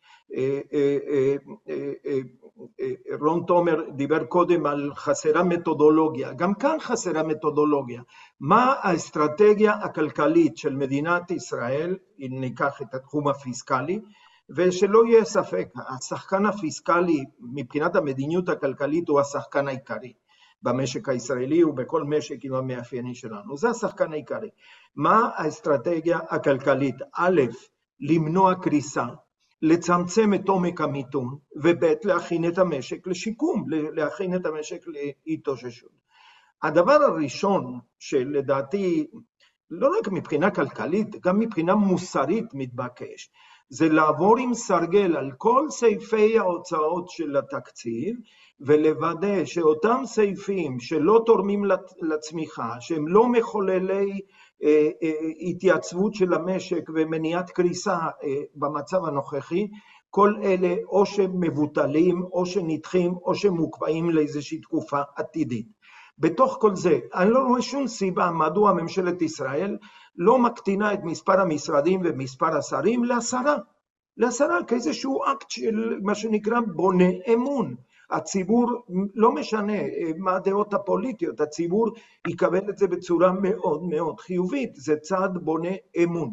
רון תומר דיבר קודם על חסרה מתודולוגיה, גם כאן חסרה מתודולוגיה. מה האסטרטגיה הכלכלית של מדינת ישראל, אם ניקח את התחום הפיסקלי, ושלא יהיה ספק, השחקן הפיסקלי מבחינת המדיניות הכלכלית הוא השחקן העיקרי. במשק הישראלי ובכל משק עם המאפיינים שלנו. זה השחקן העיקרי. מה האסטרטגיה הכלכלית? א', למנוע קריסה, לצמצם את עומק המיתון, וב', להכין את המשק לשיקום, להכין את המשק להתאוששות. הדבר הראשון שלדעתי, לא רק מבחינה כלכלית, גם מבחינה מוסרית מתבקש, זה לעבור עם סרגל על כל סעיפי ההוצאות של התקציב, ולוודא שאותם סעיפים שלא תורמים לצמיחה, שהם לא מחוללי התייצבות של המשק ומניעת קריסה במצב הנוכחי, כל אלה או שמבוטלים, או שנדחים, או שמוקפאים לאיזושהי תקופה עתידית. בתוך כל זה, אני לא רואה שום סיבה מדוע ממשלת ישראל לא מקטינה את מספר המשרדים ומספר השרים לעשרה. לעשרה כאיזשהו אקט של מה שנקרא בונה אמון. הציבור, לא משנה מה הדעות הפוליטיות, הציבור יקבל את זה בצורה מאוד מאוד חיובית, זה צעד בונה אמון.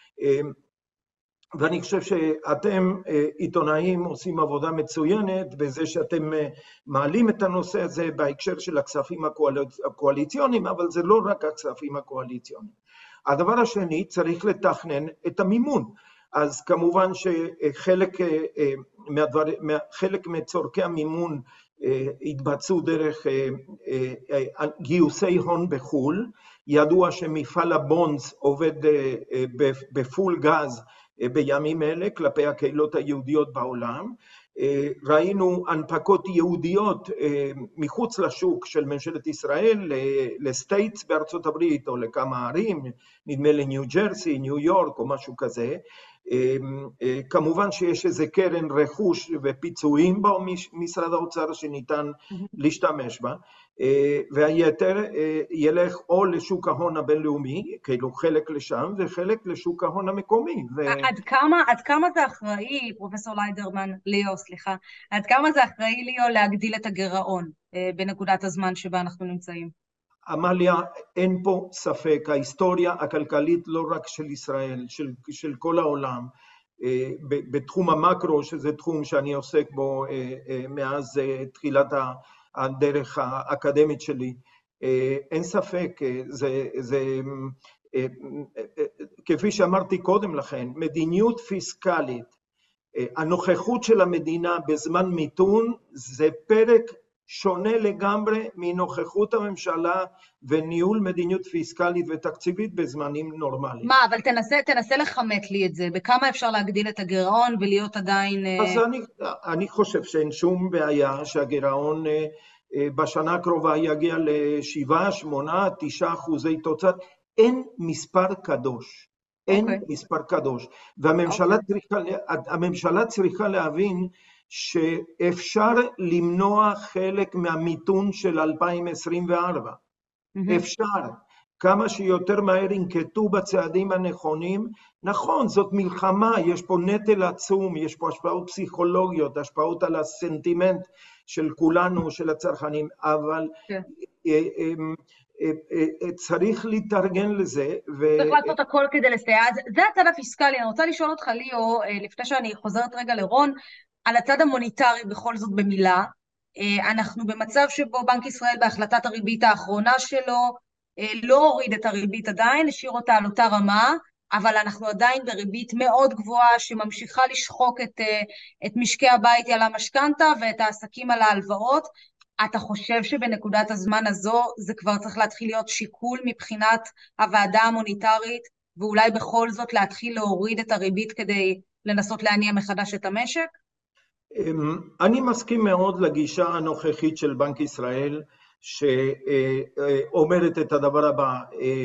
ואני חושב שאתם עיתונאים עושים עבודה מצוינת בזה שאתם מעלים את הנושא הזה בהקשר של הכספים הקואליציוניים, אבל זה לא רק הכספים הקואליציוניים. הדבר השני, צריך לתכנן את המימון. אז כמובן שחלק מהדבר, חלק מצורכי המימון התבצעו דרך גיוסי הון בחול. ידוע שמפעל הבונדס עובד בפול גז בימים אלה כלפי הקהילות היהודיות בעולם. ראינו הנפקות יהודיות מחוץ לשוק של ממשלת ישראל לסטייטס בארצות הברית או לכמה ערים, נדמה לי ניו ג'רסי, ניו יורק או משהו כזה. כמובן שיש איזה קרן רכוש ופיצויים במשרד האוצר שניתן להשתמש בה, והיתר ילך או לשוק ההון הבינלאומי, כאילו חלק לשם וחלק לשוק ההון המקומי. עד כמה, עד כמה זה אחראי, פרופסור ליידרמן, ליאו, סליחה, עד כמה זה אחראי ליאו להגדיל את הגירעון בנקודת הזמן שבה אנחנו נמצאים? עמליה, אין פה ספק, ההיסטוריה הכלכלית לא רק של ישראל, של, של כל העולם, בתחום המקרו, שזה תחום שאני עוסק בו מאז תחילת הדרך האקדמית שלי, אין ספק, זה, זה, כפי שאמרתי קודם לכן, מדיניות פיסקלית, הנוכחות של המדינה בזמן מיתון, זה פרק שונה לגמרי מנוכחות הממשלה וניהול מדיניות פיסקלית ותקציבית בזמנים נורמליים. מה, אבל תנסה, תנסה לחמת לי את זה, בכמה אפשר להגדיל את הגירעון ולהיות עדיין... אז אני, אני חושב שאין שום בעיה שהגירעון בשנה הקרובה יגיע לשבעה, שמונה, תשעה אחוזי תוצר. אין מספר קדוש. אין okay. מספר קדוש. והממשלה okay. צריכה, הממשלה צריכה להבין שאפשר למנוע חלק מהמיתון של אלפיים עשרים וארבע. Mm-hmm. אפשר. כמה שיותר מהר ינקטו בצעדים הנכונים. נכון, זאת מלחמה, יש פה נטל עצום, יש פה השפעות פסיכולוגיות, השפעות על הסנטימנט של כולנו, של הצרכנים, אבל okay. צריך להתארגן לזה. ו... צריך לעשות הכל כדי לסייע. זה הצד הפיסקלי. אני רוצה לשאול אותך, ליאו, לפני שאני חוזרת רגע לרון, על הצד המוניטרי בכל זאת במילה, אנחנו במצב שבו בנק ישראל בהחלטת הריבית האחרונה שלו לא הוריד את הריבית עדיין, השאיר אותה על אותה רמה, אבל אנחנו עדיין בריבית מאוד גבוהה שממשיכה לשחוק את, את משקי הבית על המשכנתה ואת העסקים על ההלוואות. אתה חושב שבנקודת הזמן הזו זה כבר צריך להתחיל להיות שיקול מבחינת הוועדה המוניטרית, ואולי בכל זאת להתחיל להוריד את הריבית כדי לנסות להניע מחדש את המשק? אני מסכים מאוד לגישה הנוכחית של בנק ישראל, שאומרת את הדבר הבא,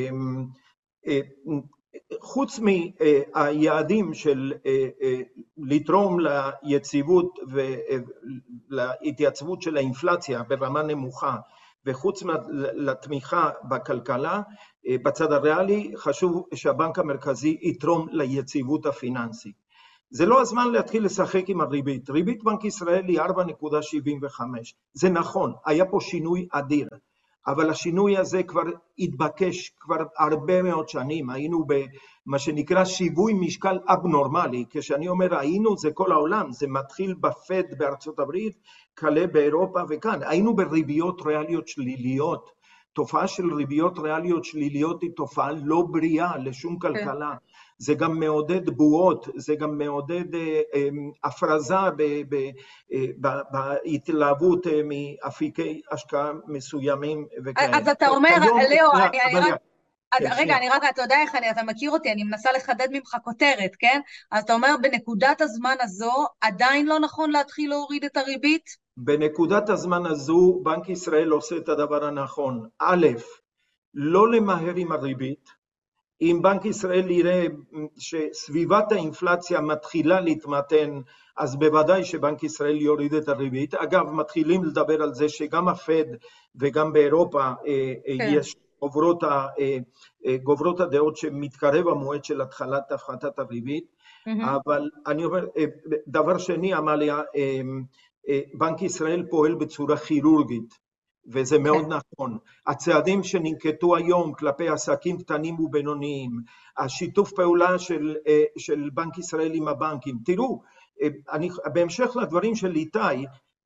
חוץ מהיעדים של לתרום ליציבות ולהתייצבות של האינפלציה ברמה נמוכה, וחוץ לתמיכה בכלכלה, בצד הריאלי חשוב שהבנק המרכזי יתרום ליציבות הפיננסית. זה לא הזמן להתחיל לשחק עם הריבית. ריבית בנק ישראל היא ארבע נקודה שבעים וחמש. זה נכון, היה פה שינוי אדיר, אבל השינוי הזה כבר התבקש כבר הרבה מאוד שנים. היינו במה שנקרא שיווי משקל אבנורמלי. כשאני אומר היינו, זה כל העולם, זה מתחיל בפד בארצות הברית, כלה באירופה וכאן. היינו בריביות ריאליות שליליות. תופעה של ריביות ריאליות שליליות היא תופעה לא בריאה לשום כלכלה. זה גם מעודד בועות, זה גם מעודד אה, אה, הפרזה בהתלהבות אה, מאפיקי השקעה מסוימים וכאלה. אז אתה אומר, היום, ליאו, שנייה, אני, אני אבל... רק... אז כן, רגע, שנייה. אני רק, אתה יודע איך אני, אתה מכיר אותי, אני מנסה לחדד ממך כותרת, כן? אז אתה אומר, בנקודת הזמן הזו, עדיין לא נכון להתחיל להוריד את הריבית? בנקודת הזמן הזו, בנק ישראל עושה את הדבר הנכון. א', לא למהר עם הריבית. אם בנק ישראל יראה שסביבת האינפלציה מתחילה להתמתן, אז בוודאי שבנק ישראל יוריד את הריבית. אגב, מתחילים לדבר על זה שגם הפד וגם באירופה כן. יש גוברות, ה, גוברות הדעות שמתקרב המועד של התחלת הפחתת הריבית. Mm-hmm. אבל אני אומר, דבר שני, עמליה, בנק ישראל פועל בצורה כירורגית. וזה מאוד נכון. הצעדים שננקטו היום כלפי עסקים קטנים ובינוניים, השיתוף פעולה של, של בנק ישראל עם הבנקים, תראו, אני, בהמשך לדברים של איתי,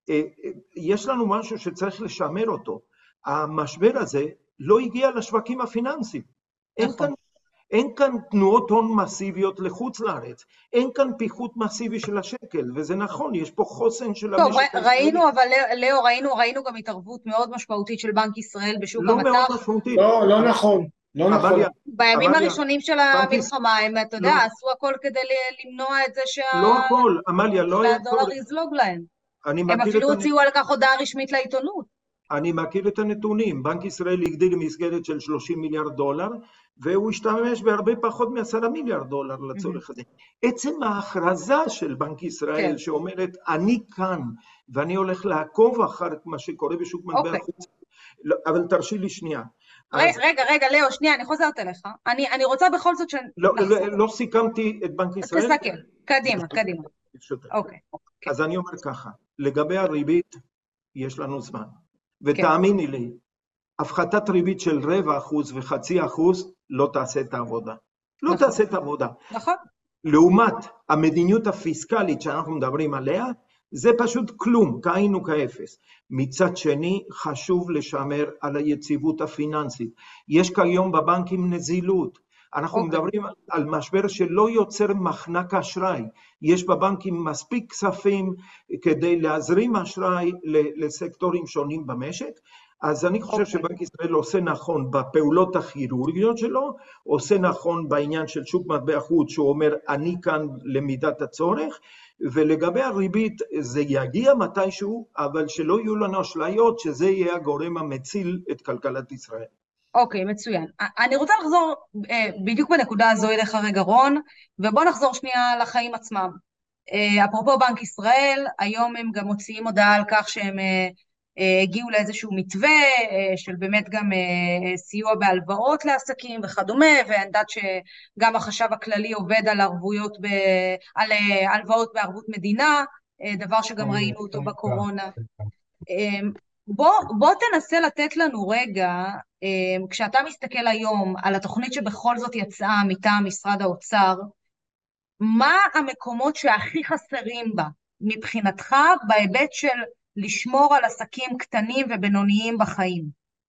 יש לנו משהו שצריך לשמר אותו. המשבר הזה לא הגיע לשווקים הפיננסיים. אין כאן, אין כאן תנועות הון מסיביות לחוץ לארץ, אין כאן פיחות מסיבי של השקל, וזה נכון, יש פה חוסן של טוב, המשק. טוב, ראינו, אבל לאו, ראינו, ראינו גם התערבות מאוד משמעותית של בנק ישראל בשוק לא המטח. לא מאוד משמעותית. לא, לא נכון. לא נכון. בימים הראשונים של המלחמה, הם, אתה יודע, עשו הכל כדי למנוע את זה שה... לא הכל, עמליה, לא היה הכל. שהדולר יזלוג להם. הם אפילו הוציאו על כך הודעה רשמית לעיתונות. אני מכיר את הנתונים, בנק ישראל הגדיל מסגרת של שלושים מיליארד דולר, והוא השתמש בהרבה פחות מעשרה מיליארד דולר לצורך הזה. עצם ההכרזה של בנק ישראל שאומרת, אני כאן, ואני הולך לעקוב אחר מה שקורה בשוק מטבע החוץ, אבל תרשי לי שנייה. רגע, רגע, ליאו, שנייה, אני חוזרת אליך. אני רוצה בכל זאת שנחזור. לא סיכמתי את בנק ישראל. תסכם, קדימה, קדימה. אוקיי. אז אני אומר ככה, לגבי הריבית, יש לנו זמן. ותאמיני לי, הפחתת ריבית של רבע אחוז וחצי אחוז לא תעשה את העבודה. לא תעשה את העבודה. נכון. לעומת המדיניות הפיסקלית שאנחנו מדברים עליה, זה פשוט כלום, כאין כאפס. מצד שני, חשוב לשמר על היציבות הפיננסית. יש כיום בבנקים נזילות. אנחנו okay. מדברים על משבר שלא יוצר מחנק אשראי. יש בבנקים מספיק כספים כדי להזרים אשראי לסקטורים שונים במשק. אז אני חושב okay. שבנק ישראל עושה נכון בפעולות הכירורגיות שלו, עושה נכון בעניין של שוק מטבע חוץ, שהוא אומר, אני כאן למידת הצורך, ולגבי הריבית זה יגיע מתישהו, אבל שלא יהיו לנו אשליות שזה יהיה הגורם המציל את כלכלת ישראל. אוקיי, מצוין. אני רוצה לחזור בדיוק בנקודה הזו אליך רגע רון, ובוא נחזור שנייה לחיים עצמם. אפרופו בנק ישראל, היום הם גם מוציאים הודעה על כך שהם הגיעו לאיזשהו מתווה, של באמת גם סיוע בהלוואות לעסקים וכדומה, ואני יודעת שגם החשב הכללי עובד על ערבויות, על הלוואות בערבות מדינה, דבר שגם ראינו אותו בקורונה. בוא, בוא תנסה לתת לנו רגע, כשאתה מסתכל היום על התוכנית שבכל זאת יצאה מטעם משרד האוצר, מה המקומות שהכי חסרים בה מבחינתך בהיבט של לשמור על עסקים קטנים ובינוניים בחיים?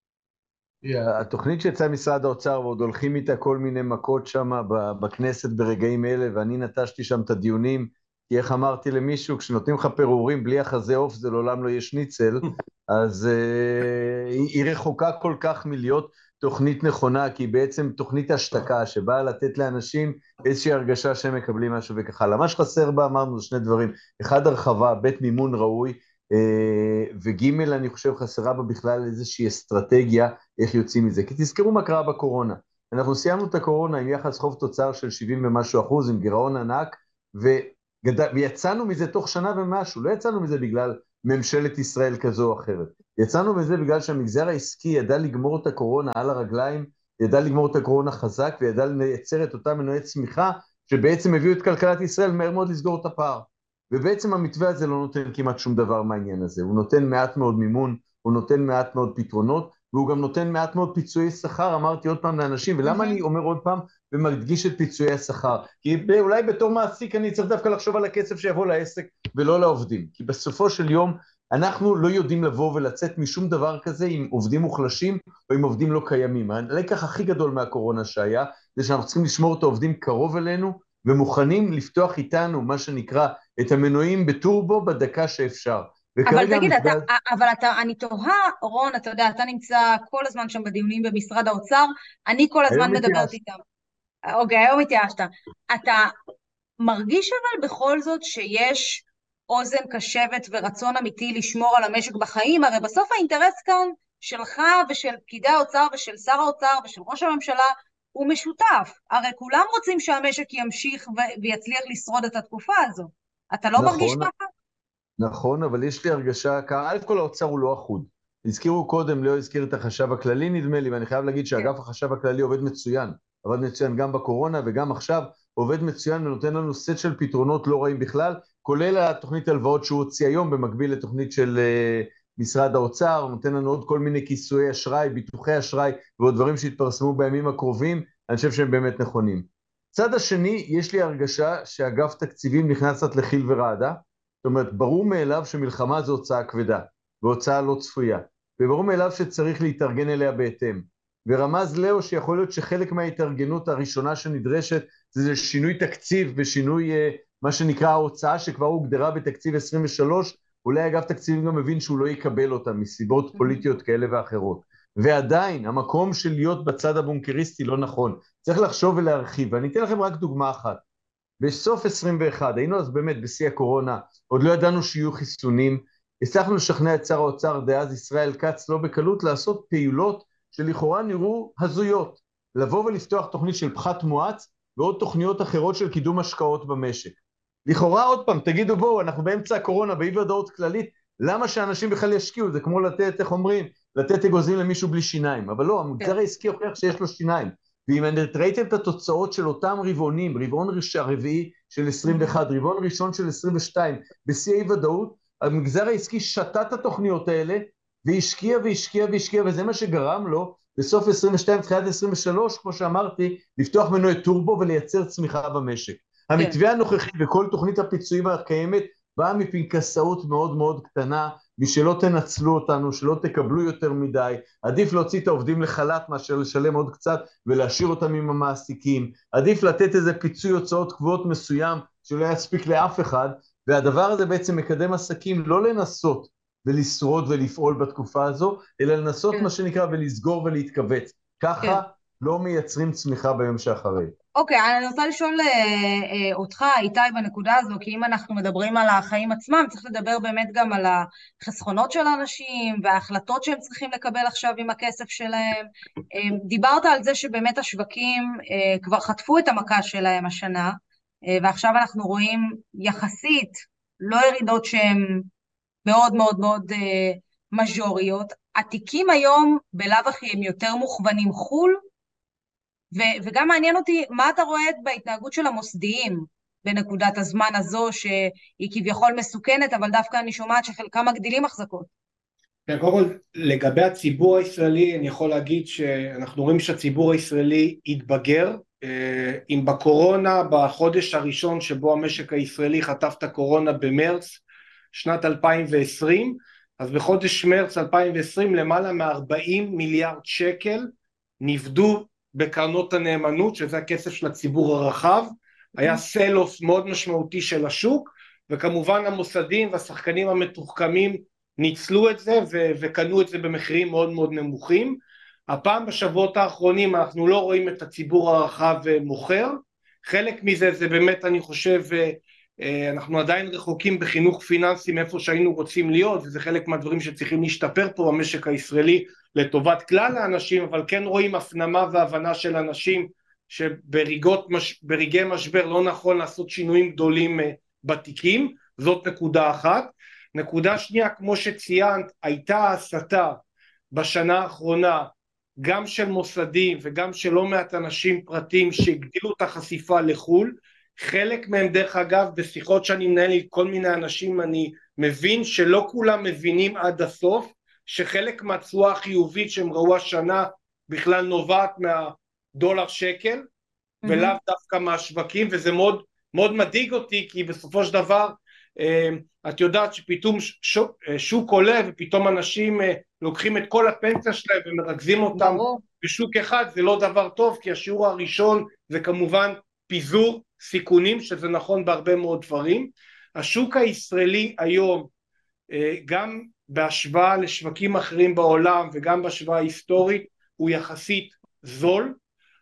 התוכנית שיצאה משרד האוצר ועוד הולכים איתה כל מיני מכות שם בכנסת ברגעים אלה, ואני נטשתי שם את הדיונים, כי איך אמרתי למישהו, כשנותנים לך פירורים בלי החזה עוף זה לעולם לא יהיה שניצל, אז uh, היא, היא רחוקה כל כך מלהיות תוכנית נכונה, כי היא בעצם תוכנית השתקה שבאה לתת לאנשים איזושהי הרגשה שהם מקבלים משהו וככה. למה שחסר בה אמרנו זה שני דברים, אחד הרחבה, בית מימון ראוי, uh, וגימל אני חושב חסרה בה בכלל איזושהי אסטרטגיה איך יוצאים מזה, כי תזכרו מה קרה בקורונה, אנחנו סיימנו את הקורונה עם יחס חוב תוצר של שבעים ומשהו אחוז, עם גירעון ענק, ו... ויצאנו מזה תוך שנה ומשהו, לא יצאנו מזה בגלל ממשלת ישראל כזו או אחרת, יצאנו מזה בגלל שהמגזר העסקי ידע לגמור את הקורונה על הרגליים, ידע לגמור את הקורונה חזק, וידע לייצר את אותם מנועי צמיחה, שבעצם הביאו את כלכלת ישראל מהר מאוד לסגור את הפער. ובעצם המתווה הזה לא נותן כמעט שום דבר מהעניין הזה, הוא נותן מעט מאוד מימון, הוא נותן מעט מאוד פתרונות, והוא גם נותן מעט מאוד פיצויי שכר, אמרתי עוד פעם לאנשים, ולמה אני אומר עוד פעם ומדגיש את פיצויי השכר? כי אולי בתור מעסיק אני צריך דווקא לחשוב על הכסף שיבוא לעסק ולא לעובדים, כי בסופו של יום אנחנו לא יודעים לבוא ולצאת משום דבר כזה עם עובדים מוחלשים או עם עובדים לא קיימים. הלקח הכי גדול מהקורונה שהיה, זה שאנחנו צריכים לשמור את העובדים קרוב אלינו, ומוכנים לפתוח איתנו, מה שנקרא, את המנועים בטורבו בדקה שאפשר. אבל תגיד, אתה, אבל אתה, אני תוהה, רון, אתה יודע, אתה נמצא כל הזמן שם בדיונים במשרד האוצר, אני כל הזמן מדברת איתם. אוקיי, היום התייאשת. אתה מרגיש אבל בכל זאת שיש אוזן קשבת ורצון אמיתי לשמור על המשק בחיים? הרי בסוף האינטרס כאן שלך ושל פקידי האוצר ושל שר האוצר ושל ראש הממשלה הוא משותף. הרי כולם רוצים שהמשק ימשיך ויצליח לשרוד את התקופה הזו. אתה לא נכון, מרגיש ככה? נכון, אבל יש לי הרגשה, א' כל האוצר הוא לא אחוד. הזכירו קודם, לא הזכיר את החשב הכללי נדמה לי, ואני חייב להגיד שאגף החשב הכללי עובד מצוין. עובד מצוין גם בקורונה וגם עכשיו, עובד מצוין ונותן לנו סט של פתרונות לא רעים בכלל, כולל התוכנית הלוואות שהוא הוציא היום, במקביל לתוכנית של uh, משרד האוצר, נותן לנו עוד כל מיני כיסויי אשראי, ביטוחי אשראי, ועוד דברים שהתפרסמו בימים הקרובים, אני חושב שהם באמת נכונים. צד השני, יש לי הרגשה שאגף תקציבים נכנס קצת לחיל ורעדה, זאת אומרת, ברור מאליו שמלחמה זו הוצאה כבדה, והוצאה לא צפויה, וברור מאליו שצריך להתארגן אליה בהתאם. ורמז לאו שיכול להיות שחלק מההתארגנות הראשונה שנדרשת, זה שינוי תקציב ושינוי מה שנקרא ההוצאה שכבר הוגדרה בתקציב עשרים ושלוש, אולי אגב תקציבים גם מבין שהוא לא יקבל אותה מסיבות פוליטיות כאלה ואחרות. ועדיין, המקום של להיות בצד הבונקריסטי לא נכון. צריך לחשוב ולהרחיב, ואני אתן לכם רק דוגמה אחת. בסוף עשרים ואחת, היינו אז באמת בשיא הקורונה, עוד לא ידענו שיהיו חיסונים, הצלחנו לשכנע את שר האוצר דאז ישראל כץ לא בקלות לעשות פעולות שלכאורה נראו הזויות, לבוא ולפתוח תוכנית של פחת מואץ, ועוד תוכניות אחרות של קידום השקעות במשק. לכאורה עוד פעם, תגידו בואו, אנחנו באמצע הקורונה, באי ודאות כללית, למה שאנשים בכלל ישקיעו? זה כמו לתת, איך אומרים, לתת אגוזים למישהו בלי שיניים, אבל לא, המגזר העסקי הוכיח שיש לו שיניים, ואם ראיתם את התוצאות של אותם רבעונים, רבעון הרביעי של עשרים ואחת, רבעון ראשון של עשרים ושתיים, בשיא אי ודאות, המגזר העסקי שתה את התוכניות האלה, והשקיע והשקיע והשקיע, וזה מה שגרם לו, בסוף עשרים ושתיים, תחילת עשרים ושלוש, כמו שאמרתי, לפתוח מנועי טורבו ולייצר צמיחה במשק. המתווה הנוכחי וכל תוכנית הפיצויים הקיימת, באה מפנקסאות מאוד מאוד קטנה, משלא תנצלו אותנו, שלא תקבלו יותר מדי, עדיף להוציא את העובדים לחל"ת מאשר לשלם עוד קצת ולהשאיר אותם עם המעסיקים, עדיף לתת איזה פיצוי הוצאות קבועות מסוים שלא יספיק לאף אחד, והדבר הזה בעצם מקדם עסקים לא לנסות ולשרוד ולפעול בתקופה הזו, אלא לנסות מה שנקרא ולסגור ולהתכווץ. ככה לא מייצרים צמיחה ביום שאחרי. אוקיי, אני רוצה לשאול אותך, איתי, בנקודה הזו, כי אם אנחנו מדברים על החיים עצמם, צריך לדבר באמת גם על החסכונות של האנשים, וההחלטות שהם צריכים לקבל עכשיו עם הכסף שלהם. דיברת על זה שבאמת השווקים כבר חטפו את המכה שלהם השנה, ועכשיו אנחנו רואים יחסית, לא ירידות שהן מאוד מאוד מאוד מז'וריות. התיקים היום בלאו הכי הם יותר מוכוונים חול, ו- וגם מעניין אותי מה אתה רואה בהתנהגות של המוסדיים בנקודת הזמן הזו שהיא כביכול מסוכנת, אבל דווקא אני שומעת שחלקם מגדילים החזקות. כן, קודם כל, לגבי הציבור הישראלי, אני יכול להגיד שאנחנו רואים שהציבור הישראלי התבגר, אם בקורונה, בחודש הראשון שבו המשק הישראלי חטף את הקורונה במרץ, שנת אלפיים ועשרים, אז בחודש מרץ אלפיים ועשרים למעלה מ-ארבעים מיליארד שקל נפדו בקרנות הנאמנות, שזה הכסף של הציבור הרחב, היה סלוס מאוד משמעותי של השוק, וכמובן המוסדים והשחקנים המתוחכמים ניצלו את זה ו- וקנו את זה במחירים מאוד מאוד נמוכים. הפעם בשבועות האחרונים אנחנו לא רואים את הציבור הרחב מוכר, חלק מזה זה באמת אני חושב אנחנו עדיין רחוקים בחינוך פיננסי מאיפה שהיינו רוצים להיות, וזה חלק מהדברים שצריכים להשתפר פה במשק הישראלי לטובת כלל האנשים, אבל כן רואים הפנמה והבנה של אנשים שברגעי משבר לא נכון לעשות שינויים גדולים בתיקים, זאת נקודה אחת. נקודה שנייה, כמו שציינת, הייתה הסתה בשנה האחרונה גם של מוסדים וגם של לא מעט אנשים פרטיים שהגדילו את החשיפה לחול. חלק מהם דרך אגב בשיחות שאני מנהל עם כל מיני אנשים אני מבין שלא כולם מבינים עד הסוף שחלק מהתשואה החיובית שהם ראו השנה בכלל נובעת מהדולר שקל mm-hmm. ולאו דווקא מהשווקים, וזה מאוד, מאוד מדאיג אותי כי בסופו של דבר את יודעת שפתאום שוק, שוק עולה ופתאום אנשים לוקחים את כל הפנסיה שלהם ומרכזים אותם ברור. בשוק אחד, זה לא דבר טוב כי השיעור הראשון זה כמובן פיזור סיכונים שזה נכון בהרבה מאוד דברים. השוק הישראלי היום גם בהשוואה לשווקים אחרים בעולם וגם בהשוואה היסטורית הוא יחסית זול.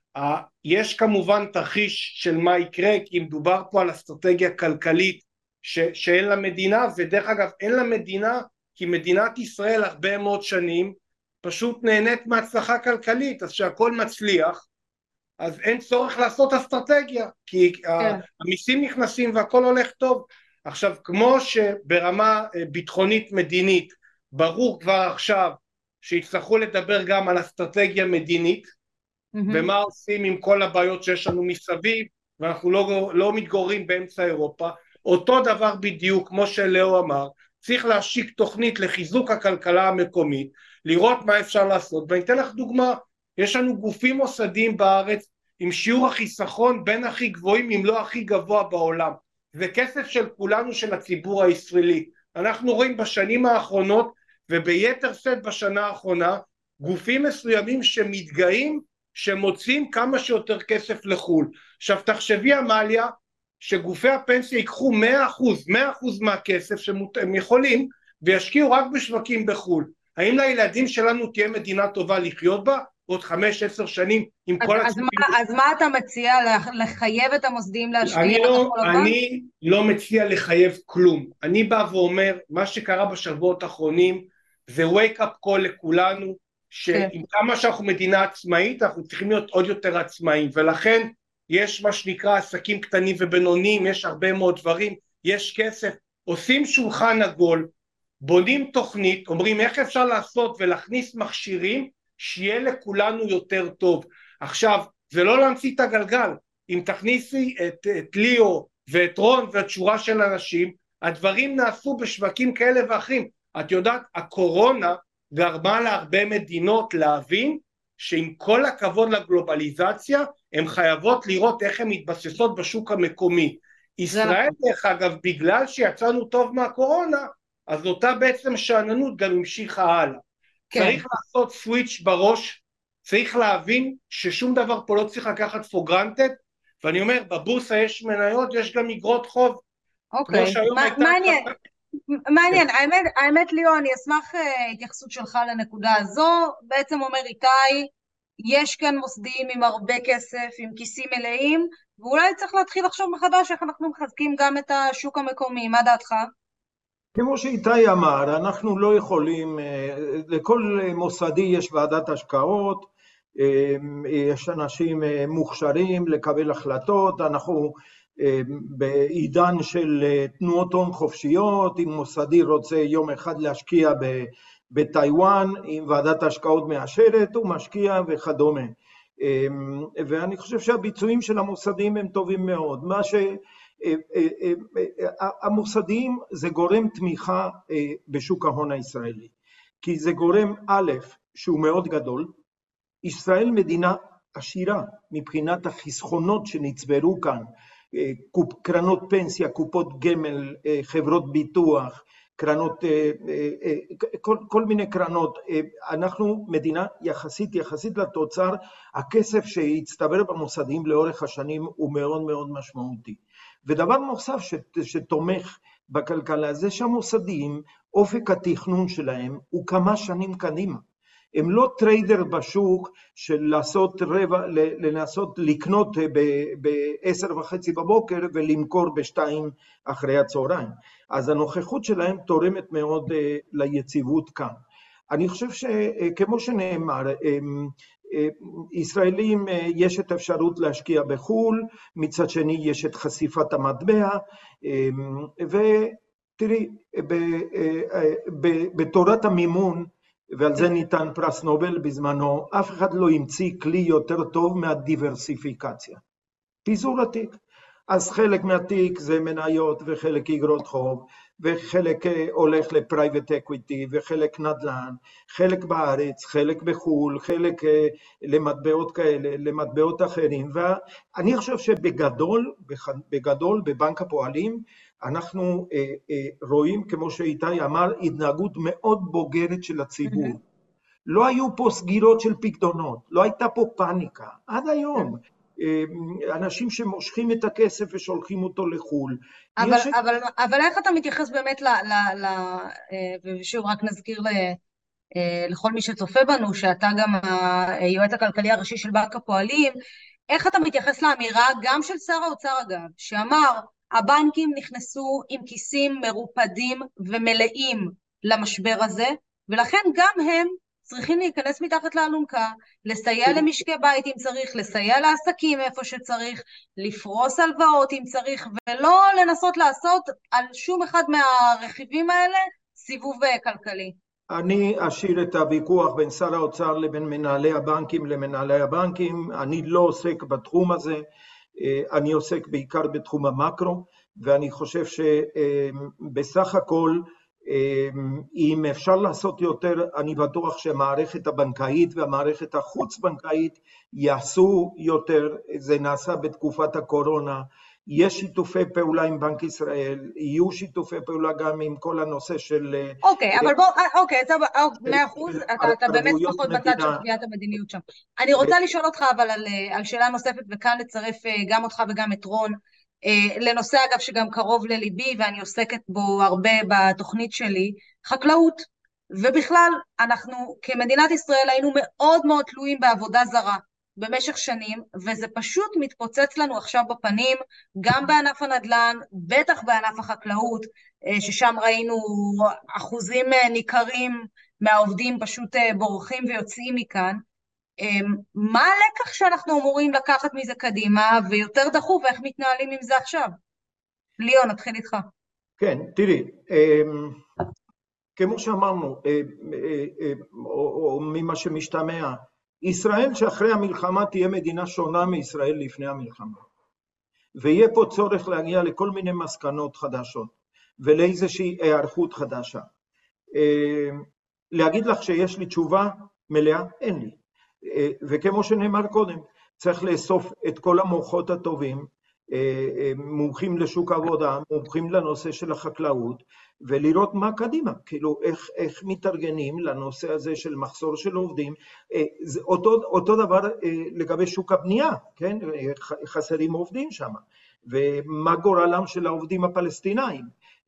יש כמובן תרחיש של מה יקרה כי מדובר פה על אסטרטגיה כלכלית ש, שאין לה מדינה, ודרך אגב אין לה מדינה כי מדינת ישראל הרבה מאוד שנים פשוט נהנית מהצלחה כלכלית, אז שהכל מצליח אז אין צורך לעשות אסטרטגיה כי כן. המיסים נכנסים והכל הולך טוב. עכשיו כמו שברמה ביטחונית מדינית ברור כבר עכשיו שיצטרכו לדבר גם על אסטרטגיה מדינית mm-hmm. ומה עושים עם כל הבעיות שיש לנו מסביב ואנחנו לא, לא מתגוררים באמצע אירופה, אותו דבר בדיוק כמו שלאו אמר, צריך להשיק תוכנית לחיזוק הכלכלה המקומית, לראות מה אפשר לעשות. ואני אתן לך דוגמה, יש לנו גופים מוסדיים בארץ עם שיעור החיסכון בין הכי גבוהים אם לא הכי גבוה בעולם, זה כסף של כולנו של הציבור הישראלי. אנחנו רואים בשנים האחרונות וביתר שאת בשנה האחרונה גופים מסוימים שמתגאים שמוצאים כמה שיותר כסף לחול. עכשיו תחשבי עמליה שגופי הפנסיה ייקחו מאה אחוז, מאה אחוז מהכסף שהם יכולים וישקיעו רק בשווקים בחול. האם לילדים שלנו תהיה מדינה טובה לחיות בה עוד חמש עשר שנים עם אז, כל אז, הכספים? מה, אז מה אתה מציע? לחייב את המוסדים להשקיע? אני לא, אני לא מציע לחייב כלום. אני בא ואומר מה שקרה בשבועות האחרונים זה wake up call לכולנו שעם כמה שאנחנו מדינה עצמאית אנחנו צריכים להיות עוד יותר עצמאיים, ולכן יש מה שנקרא עסקים קטנים ובינוניים, יש הרבה מאוד דברים, יש כסף, עושים שולחן עגול, בונים תוכנית, אומרים איך אפשר לעשות ולהכניס מכשירים שיהיה לכולנו יותר טוב. עכשיו זה לא להמציא את הגלגל, אם תכניסי את, את ליאו ואת רון ואת שורה של אנשים, הדברים נעשו בשווקים כאלה ואחרים. את יודעת, הקורונה גרמה להרבה מדינות להבין שעם כל הכבוד לגלובליזציה הן חייבות לראות איך הן מתבססות בשוק המקומי. ישראל דרך אגב בגלל שיצאנו טוב מהקורונה אז אותה בעצם שעננות גם המשיכה הלאה. כן. צריך לעשות סוויץ' בראש, צריך להבין ששום דבר פה לא צריך לקחת for granted, ואני אומר בבורסה יש מניות, יש גם אגרות חוב. אוקיי, מעניין. מעניין, האמת, האמת ליאו, אני אשמח התייחסות שלך לנקודה הזו. בעצם אומר איתי, יש כאן מוסדים עם הרבה כסף, עם כיסים מלאים, ואולי צריך להתחיל לחשוב מחדש איך אנחנו מחזקים גם את השוק המקומי. מה דעתך? כמו שאיתי אמר, אנחנו לא יכולים, לכל מוסדי יש ועדת השקעות, יש אנשים מוכשרים לקבל החלטות, אנחנו בעידן של תנועות הון חופשיות, אם מוסדי רוצה יום אחד להשקיע בטיואן, אם ועדת השקעות מאשרת הוא משקיע וכדומה. ואני חושב שהביצועים של המוסדים הם טובים מאוד. מה ש... המוסדים זה גורם תמיכה בשוק ההון הישראלי, כי זה גורם א' שהוא מאוד גדול. ישראל מדינה עשירה מבחינת החסכונות שנצברו כאן, קרנות פנסיה, קופות גמל, חברות ביטוח, קרנות, כל, כל מיני קרנות. אנחנו מדינה יחסית, יחסית לתוצר, הכסף שהצטבר במוסדים לאורך השנים הוא מאוד מאוד משמעותי. ודבר נוסף שתומך בכלכלה זה שהמוסדים, אופק התכנון שלהם הוא כמה שנים קדימה. הם לא טריידר בשוק של לעשות רבע, לנסות לקנות ב-עשר וחצי בבוקר ולמכור בשתיים אחרי הצהריים. אז הנוכחות שלהם תורמת מאוד ליציבות כאן. אני חושב שכמו שנאמר, ישראלים יש את אפשרות להשקיע בחול, מצד שני יש את חשיפת המטבע, ותראי, בתורת המימון, ועל זה ניתן פרס נובל בזמנו, אף אחד לא המציא כלי יותר טוב מהדיברסיפיקציה. פיזור התיק. אז חלק מהתיק זה מניות וחלק אגרות חוב, וחלק הולך לפרייבט אקוויטי וחלק נדל"ן, חלק בארץ, חלק בחול, חלק למטבעות כאלה, למטבעות אחרים. ואני חושב שבגדול, בגדול בבנק הפועלים, אנחנו רואים, כמו שאיתי אמר, התנהגות מאוד בוגרת של הציבור. לא היו פה סגירות של פקדונות, לא הייתה פה פאניקה, עד היום. אנשים שמושכים את הכסף ושולחים אותו לחול. אבל, יש... אבל, אבל איך אתה מתייחס באמת ל... ל, ל ושוב רק נזכיר ל, לכל מי שצופה בנו, שאתה גם היועץ הכלכלי הראשי של בנק הפועלים, איך אתה מתייחס לאמירה גם של שר האוצר אגב, שאמר, הבנקים נכנסו עם כיסים מרופדים ומלאים למשבר הזה, ולכן גם הם צריכים להיכנס מתחת לאלונקה, לסייע למשקי בית אם צריך, לסייע לעסקים איפה שצריך, לפרוס הלוואות אם צריך, ולא לנסות לעשות על שום אחד מהרכיבים האלה סיבוב כלכלי. אני אשאיר את הוויכוח בין שר האוצר לבין מנהלי הבנקים למנהלי הבנקים, אני לא עוסק בתחום הזה, אני עוסק בעיקר בתחום המקרו, ואני חושב שבסך הכל, אם אפשר לעשות יותר, אני בטוח שהמערכת הבנקאית והמערכת החוץ-בנקאית יעשו יותר, זה נעשה בתקופת הקורונה, יש שיתופי פעולה עם בנק ישראל, יהיו שיתופי פעולה גם עם כל הנושא של... אוקיי, אבל בוא, אוקיי, מאה אחוז, אתה באמת פחות בצד של קביעת המדיניות שם. אני רוצה לשאול אותך אבל על שאלה נוספת, וכאן לצרף גם אותך וגם את רון, לנושא אגב שגם קרוב לליבי ואני עוסקת בו הרבה בתוכנית שלי, חקלאות. ובכלל אנחנו כמדינת ישראל היינו מאוד מאוד תלויים בעבודה זרה במשך שנים, וזה פשוט מתפוצץ לנו עכשיו בפנים, גם בענף הנדל"ן, בטח בענף החקלאות, ששם ראינו אחוזים ניכרים מהעובדים פשוט בורחים ויוצאים מכאן. מה הלקח שאנחנו אמורים לקחת מזה קדימה, ויותר דחוף, ואיך מתנהלים עם זה עכשיו? ליאון, נתחיל איתך. כן, תראי, כמו שאמרנו, או ממה שמשתמע, ישראל שאחרי המלחמה תהיה מדינה שונה מישראל לפני המלחמה. ויהיה פה צורך להגיע לכל מיני מסקנות חדשות, ולאיזושהי הערכות חדשה. להגיד לך שיש לי תשובה מלאה? אין לי. וכמו שנאמר קודם, צריך לאסוף את כל המוחות הטובים, מומחים לשוק עבודה, מומחים לנושא של החקלאות, ולראות מה קדימה, כאילו איך, איך מתארגנים לנושא הזה של מחסור של עובדים, זה אותו, אותו דבר לגבי שוק הבנייה, כן? חסרים עובדים שם, ומה גורלם של העובדים הפלסטינאים,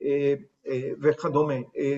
וכדומה.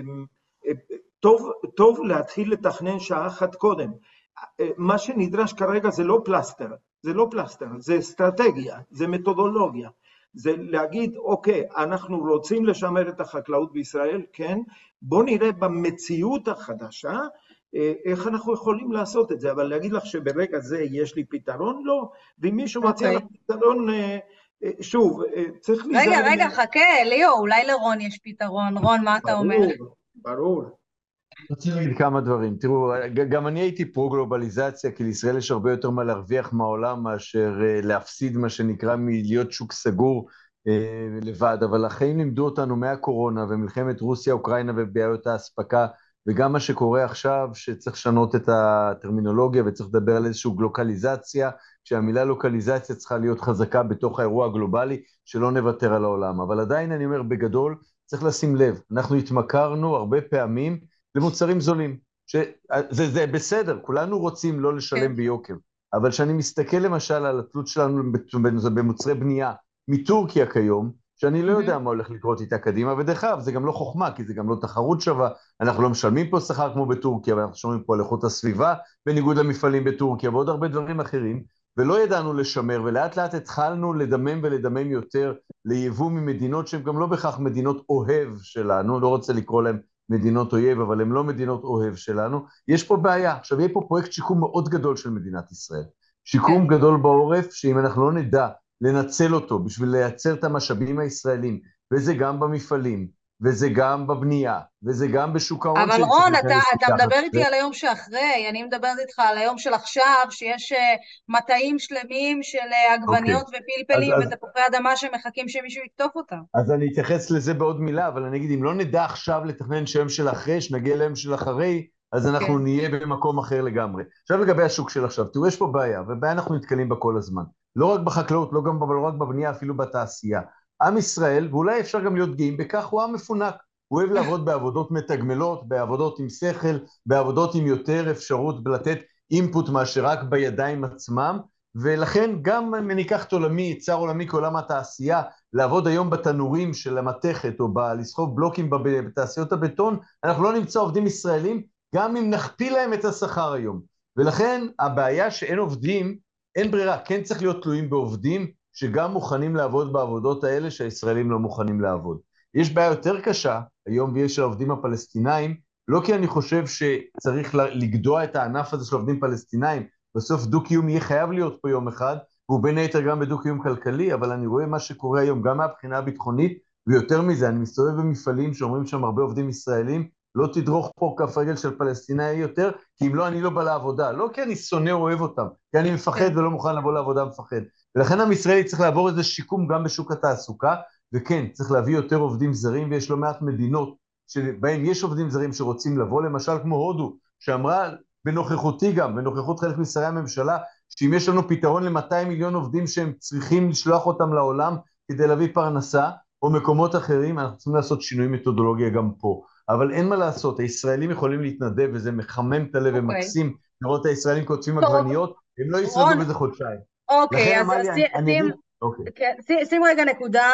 טוב, טוב להתחיל לתכנן שעה אחת קודם, מה שנדרש כרגע זה לא פלסטר, זה לא פלסטר, זה אסטרטגיה, זה מתודולוגיה, זה להגיד, אוקיי, אנחנו רוצים לשמר את החקלאות בישראל, כן, בוא נראה במציאות החדשה, איך אנחנו יכולים לעשות את זה, אבל להגיד לך שברגע זה יש לי פתרון, לא, ואם מישהו okay. מציע לך פתרון, שוב, צריך להיזהר... רגע, רגע, חכה, ליאו, אולי לרון יש פתרון, רון, מה אתה אומר? ברור, ברור. אני רוצה להגיד כמה דברים. תראו, גם אני הייתי פרו-גלובליזציה, כי לישראל יש הרבה יותר מה להרוויח מהעולם, מאשר להפסיד מה שנקרא מלהיות שוק סגור לבד, אבל החיים לימדו אותנו מהקורונה ומלחמת רוסיה, אוקראינה ובעיות האספקה, וגם מה שקורה עכשיו, שצריך לשנות את הטרמינולוגיה וצריך לדבר על איזושהי גלוקליזציה, שהמילה לוקליזציה צריכה להיות חזקה בתוך האירוע הגלובלי, שלא נוותר על העולם. אבל עדיין אני אומר בגדול, צריך לשים לב, אנחנו התמכרנו הרבה פעמים למוצרים זולים, שזה זה בסדר, כולנו רוצים לא לשלם ביוקר, אבל כשאני מסתכל למשל על התלות שלנו במוצרי בנייה מטורקיה כיום, שאני לא יודע מה הולך לקרות איתה קדימה, ודרך אגב, זה גם לא חוכמה, כי זה גם לא תחרות שווה, אנחנו לא משלמים פה שכר כמו בטורקיה, ואנחנו שומעים פה על איכות הסביבה, בניגוד למפעלים בטורקיה, ועוד הרבה דברים אחרים, ולא ידענו לשמר, ולאט לאט התחלנו לדמם ולדמם יותר ליבוא ממדינות שהן גם לא בכך מדינות אוהב שלנו, לא רוצה לקרוא להם מדינות אויב, אבל הן לא מדינות אוהב שלנו. יש פה בעיה. עכשיו, יהיה פה פרויקט שיקום מאוד גדול של מדינת ישראל. שיקום גדול בעורף, שאם אנחנו לא נדע לנצל אותו בשביל לייצר את המשאבים הישראלים, וזה גם במפעלים, וזה גם בבנייה, וזה גם בשוק ההון. אבל רון, אתה, אתה מדבר איתי על היום שאחרי, אני מדברת איתך על היום של עכשיו, שיש מטעים שלמים של עגבניות okay. ופלפלים אז, ותפוחי אז... אדמה שמחכים שמישהו יקטוף אותם. אז אני אתייחס לזה בעוד מילה, אבל אני אגיד, אם לא נדע עכשיו לתכנן שהיום של אחרי, שנגיע ליום של אחרי, אז אנחנו okay. נהיה במקום אחר לגמרי. עכשיו לגבי השוק של עכשיו, תראו, יש פה בעיה, ובעיה אנחנו נתקלים בה כל הזמן. לא רק בחקלאות, לא, גם, לא רק בבנייה, אפילו בתעשייה. עם ישראל, ואולי אפשר גם להיות גאים בכך, הוא עם מפונק. הוא אוהב לעבוד בעבודות מתגמלות, בעבודות עם שכל, בעבודות עם יותר אפשרות לתת אינפוט מאשר רק בידיים עצמם, ולכן גם אם ניקח את עולמי, צער עולמי כעולם התעשייה, לעבוד היום בתנורים של המתכת, או לסחוב בלוקים בתעשיות הבטון, אנחנו לא נמצא עובדים ישראלים, גם אם נכפיל להם את השכר היום. ולכן הבעיה שאין עובדים, אין ברירה, כן צריך להיות תלויים בעובדים, שגם מוכנים לעבוד בעבודות האלה שהישראלים לא מוכנים לעבוד. יש בעיה יותר קשה, היום ויש של העובדים הפלסטינאים, לא כי אני חושב שצריך לגדוע את הענף הזה של עובדים פלסטינאים, בסוף דו-קיום יהיה חייב להיות פה יום אחד, והוא בין היתר גם בדו-קיום כלכלי, אבל אני רואה מה שקורה היום, גם מהבחינה הביטחונית, ויותר מזה, אני מסתובב במפעלים שאומרים שם הרבה עובדים ישראלים, לא תדרוך פה כף רגל של פלסטינאי יותר, כי אם לא, אני לא בא לעבודה, לא כי אני שונא או אוהב אותם, כי אני מפחד ולא מוכן לבוא לעבודה מפחד. ולכן עם ישראלי צריך לעבור איזה שיקום גם בשוק התעסוקה, וכן, צריך להביא יותר עובדים זרים, ויש לא מעט מדינות שבהן יש עובדים זרים שרוצים לבוא, למשל כמו הודו, שאמרה בנוכחותי גם, בנוכחות חלק משרי הממשלה, שאם יש לנו פתרון ל-מאתיים מיליון עובדים שהם צריכים לשלוח אותם לעולם כדי להביא פרנסה, או מקומות אחרים, אנחנו צריכים לעשות שינוי מתודולוגיה גם פה. אבל אין מה לעשות, הישראלים יכולים להתנדב, וזה מחמם את הלב okay. ומקסים, לראות הישראלים כותבים עגבניות, הם לא ישרדו בזה חודשיים. אוקיי, אז שים רגע נקודה.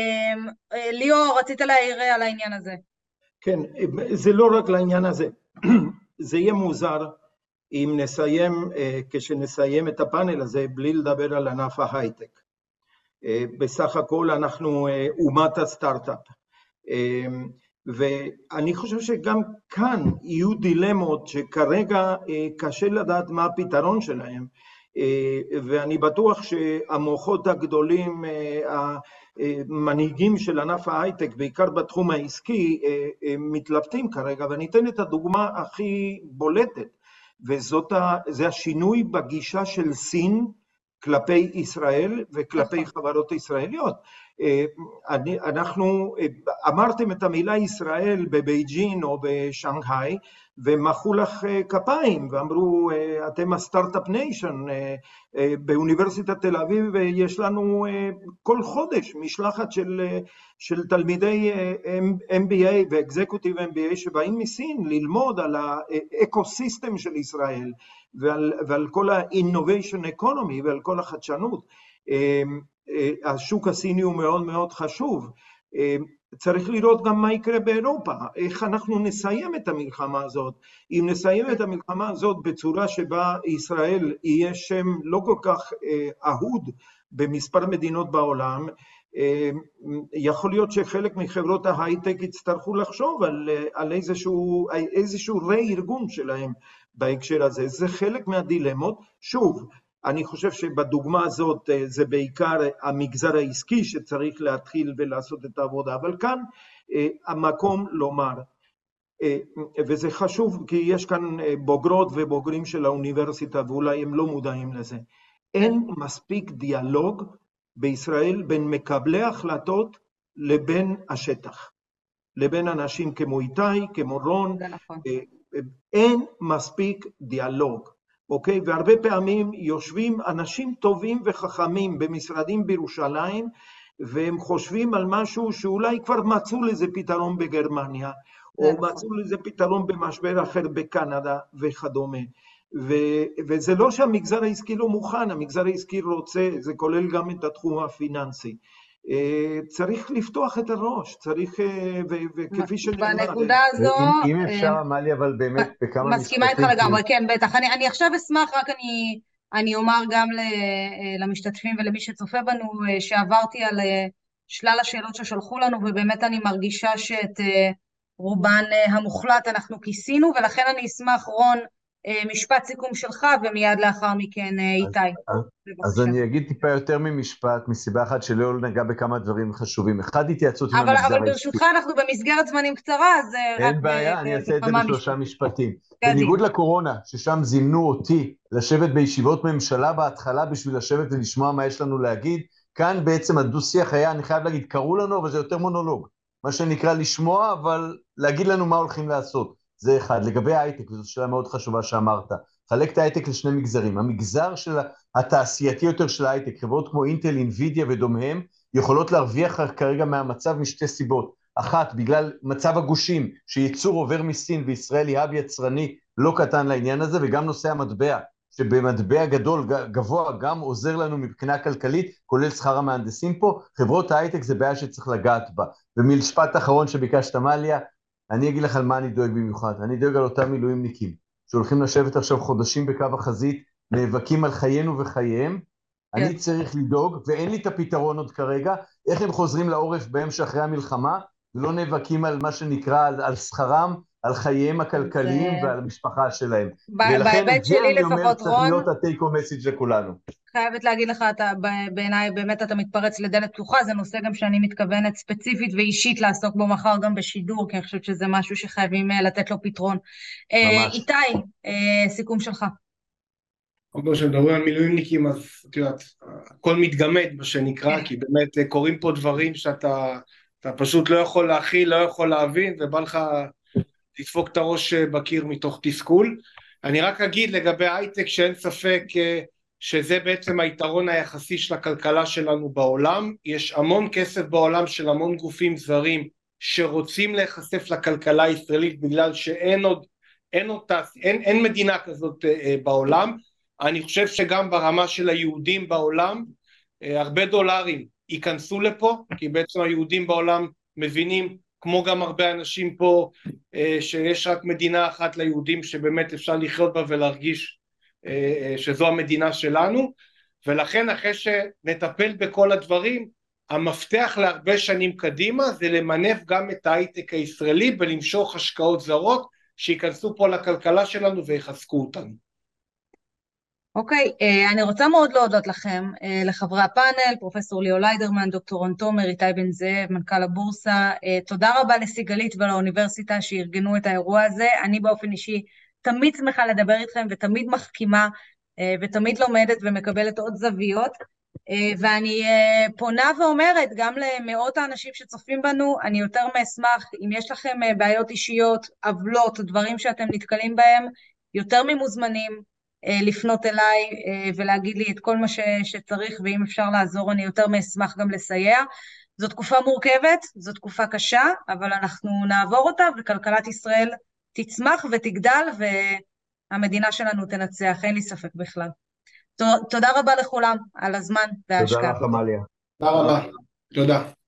ליאור, רצית להעיר על העניין הזה. כן, זה לא רק לעניין הזה. זה יהיה מוזר אם נסיים, כשנסיים את הפאנל הזה, בלי לדבר על ענף ההייטק. בסך הכל אנחנו אומת הסטארט-אפ. ואני חושב שגם כאן יהיו דילמות שכרגע קשה לדעת מה הפתרון שלהם. ואני בטוח שהמוחות הגדולים, המנהיגים של ענף ההייטק, בעיקר בתחום העסקי, מתלבטים כרגע, ואני אתן את הדוגמה הכי בולטת, וזה השינוי בגישה של סין כלפי ישראל וכלפי חברות ישראליות. אנחנו, אמרתם את המילה ישראל בבייג'ין או בשנגחאי, ומחאו לך כפיים, ואמרו, אתם הסטארט-אפ ניישן, באוניברסיטת תל אביב, ויש לנו כל חודש משלחת של, של תלמידי אם בי איי ואקזקוטיב אם בי איי שבאים מסין ללמוד על האקוסיסטם של ישראל, ועל, ועל כל ה-innovation economy ועל כל החדשנות. השוק הסיני הוא מאוד מאוד חשוב. צריך לראות גם מה יקרה באירופה, איך אנחנו נסיים את המלחמה הזאת. אם נסיים את המלחמה הזאת בצורה שבה ישראל יהיה שם לא כל כך אהוד במספר מדינות בעולם, יכול להיות שחלק מחברות ההייטק יצטרכו לחשוב על, על איזשהו, איזשהו רה-ארגון שלהם בהקשר הזה. זה חלק מהדילמות. שוב, אני חושב שבדוגמה הזאת זה בעיקר המגזר העסקי שצריך להתחיל ולעשות את העבודה, אבל כאן המקום לומר, וזה חשוב כי יש כאן בוגרות ובוגרים של האוניברסיטה ואולי הם לא מודעים לזה, אין מספיק דיאלוג בישראל בין מקבלי החלטות לבין השטח, לבין אנשים כמו איתי, כמו רון, אין מספיק דיאלוג. אוקיי? והרבה פעמים יושבים אנשים טובים וחכמים במשרדים בירושלים, והם חושבים על משהו שאולי כבר מצאו לזה פתרון בגרמניה, או מצאו לזה פתרון במשבר אחר בקנדה וכדומה. ו- וזה לא שהמגזר העסקי לא מוכן, המגזר העסקי רוצה, זה כולל גם את התחום הפיננסי. צריך לפתוח את הראש, צריך, וכפי שנאמר... בנקודה הזו... אם אפשר, עמלי, אבל באמת בכמה משפטים... מסכימה איתך לגמרי, כן, בטח. אני עכשיו אשמח, רק אני אומר גם למשתתפים ולמי שצופה בנו, שעברתי על שלל השאלות ששלחו לנו, ובאמת אני מרגישה שאת רובן המוחלט אנחנו כיסינו, ולכן אני אשמח, רון, משפט סיכום שלך, ומיד לאחר מכן איתי. אז, אז אני אגיד טיפה יותר ממשפט, מסיבה אחת שלא נגע בכמה דברים חשובים. אחד, התייעצות עם אבל, המגזר אבל ברשותך אנחנו במסגרת זמנים קצרה, אז רק אין בעיה, אני אעשה את זה בשלושה משפטים. בניגוד לקורונה, ששם זימנו אותי לשבת בישיבות ממשלה בהתחלה בשביל לשבת ולשמוע מה יש לנו להגיד, כאן בעצם הדו-שיח היה, אני חייב להגיד, קראו לנו, אבל זה יותר מונולוג. מה שנקרא לשמוע, אבל להגיד לנו מה הולכים לעשות. זה אחד. לגבי ההייטק, וזו שאלה מאוד חשובה שאמרת, חלק את ההייטק לשני מגזרים. המגזר של התעשייתי יותר של ההייטק, חברות כמו אינטל, אינווידיה ודומיהם, יכולות להרוויח כרגע מהמצב משתי סיבות. אחת, בגלל מצב הגושים, שייצור עובר מסין וישראל היא האב יצרני לא קטן לעניין הזה, וגם נושא המטבע, שבמטבע גדול, גבוה, גם עוזר לנו מבחינה כלכלית, כולל שכר המהנדסים פה. חברות ההייטק זה בעיה שצריך לגעת בה. ומלשפט אחרון שביקשת מליה, אני אגיד לך על מה אני דואג במיוחד. אני דואג על אותם מילואימניקים, שהולכים לשבת עכשיו חודשים בקו החזית, נאבקים על חיינו וחייהם. אני צריך לדאוג, ואין לי את הפתרון עוד כרגע, איך הם חוזרים לעורף בהם שאחרי המלחמה, ולא נאבקים על מה שנקרא, על, על שכרם, על חייהם הכלכליים ועל המשפחה שלהם. ולכן זה אני אומר צריך להיות ה-take home message לכולנו. חייבת להגיד לך, אתה, בעיניי באמת אתה מתפרץ לדלת פתוחה, זה נושא גם שאני מתכוונת ספציפית ואישית לעסוק בו מחר גם בשידור, כי אני חושבת שזה משהו שחייבים לתת לו פתרון. ממש. איתי, סיכום שלך. כמו שמדברים על מילואימניקים, אז את יודעת, הכל מתגמד מה שנקרא, כי באמת קוראים פה דברים שאתה אתה פשוט לא יכול להכיל, לא יכול להבין, ובא לך לדפוק את הראש בקיר מתוך תסכול. אני רק אגיד לגבי הייטק שאין ספק שזה בעצם היתרון היחסי של הכלכלה שלנו בעולם. יש המון כסף בעולם של המון גופים זרים שרוצים להיחשף לכלכלה הישראלית, בגלל שאין עוד, אין עוד, אין, אין מדינה כזאת בעולם. אני חושב שגם ברמה של היהודים בעולם, הרבה דולרים ייכנסו לפה, כי בעצם היהודים בעולם מבינים, כמו גם הרבה אנשים פה, שיש רק מדינה אחת ליהודים שבאמת אפשר לחיות בה ולהרגיש שזו המדינה שלנו, ולכן אחרי שנטפל בכל הדברים, המפתח להרבה שנים קדימה זה למנף גם את ההייטק הישראלי ולמשוך השקעות זרות שיכנסו פה לכלכלה שלנו ויחזקו אותנו. אוקיי, okay, אני רוצה מאוד להודות לכם, לחברי הפאנל, פרופסור ליאור ליידרמן, דוקטור רון תומר, איתי בן זאב, מנכ"ל הבורסה. תודה רבה לסיגלית ולאוניברסיטה שארגנו את האירוע הזה. אני באופן אישי תמיד שמחה לדבר איתכם ותמיד מחכימה ותמיד לומדת ומקבלת עוד זוויות. ואני פונה ואומרת גם למאות האנשים שצופים בנו, אני יותר מאשמח, אם יש לכם בעיות אישיות, עוולות, דברים שאתם נתקלים בהם, יותר ממוזמנים, לפנות אליי ולהגיד לי את כל מה ש, שצריך, ואם אפשר לעזור אני יותר מאשמח גם לסייע. זו תקופה מורכבת, זו תקופה קשה, אבל אנחנו נעבור אותה וכלכלת ישראל תצמח ותגדל והמדינה שלנו תנצח, אין לי ספק בכלל. תודה רבה לכולם על הזמן וההשקעה. תודה לך, מליה. תודה רבה. תודה.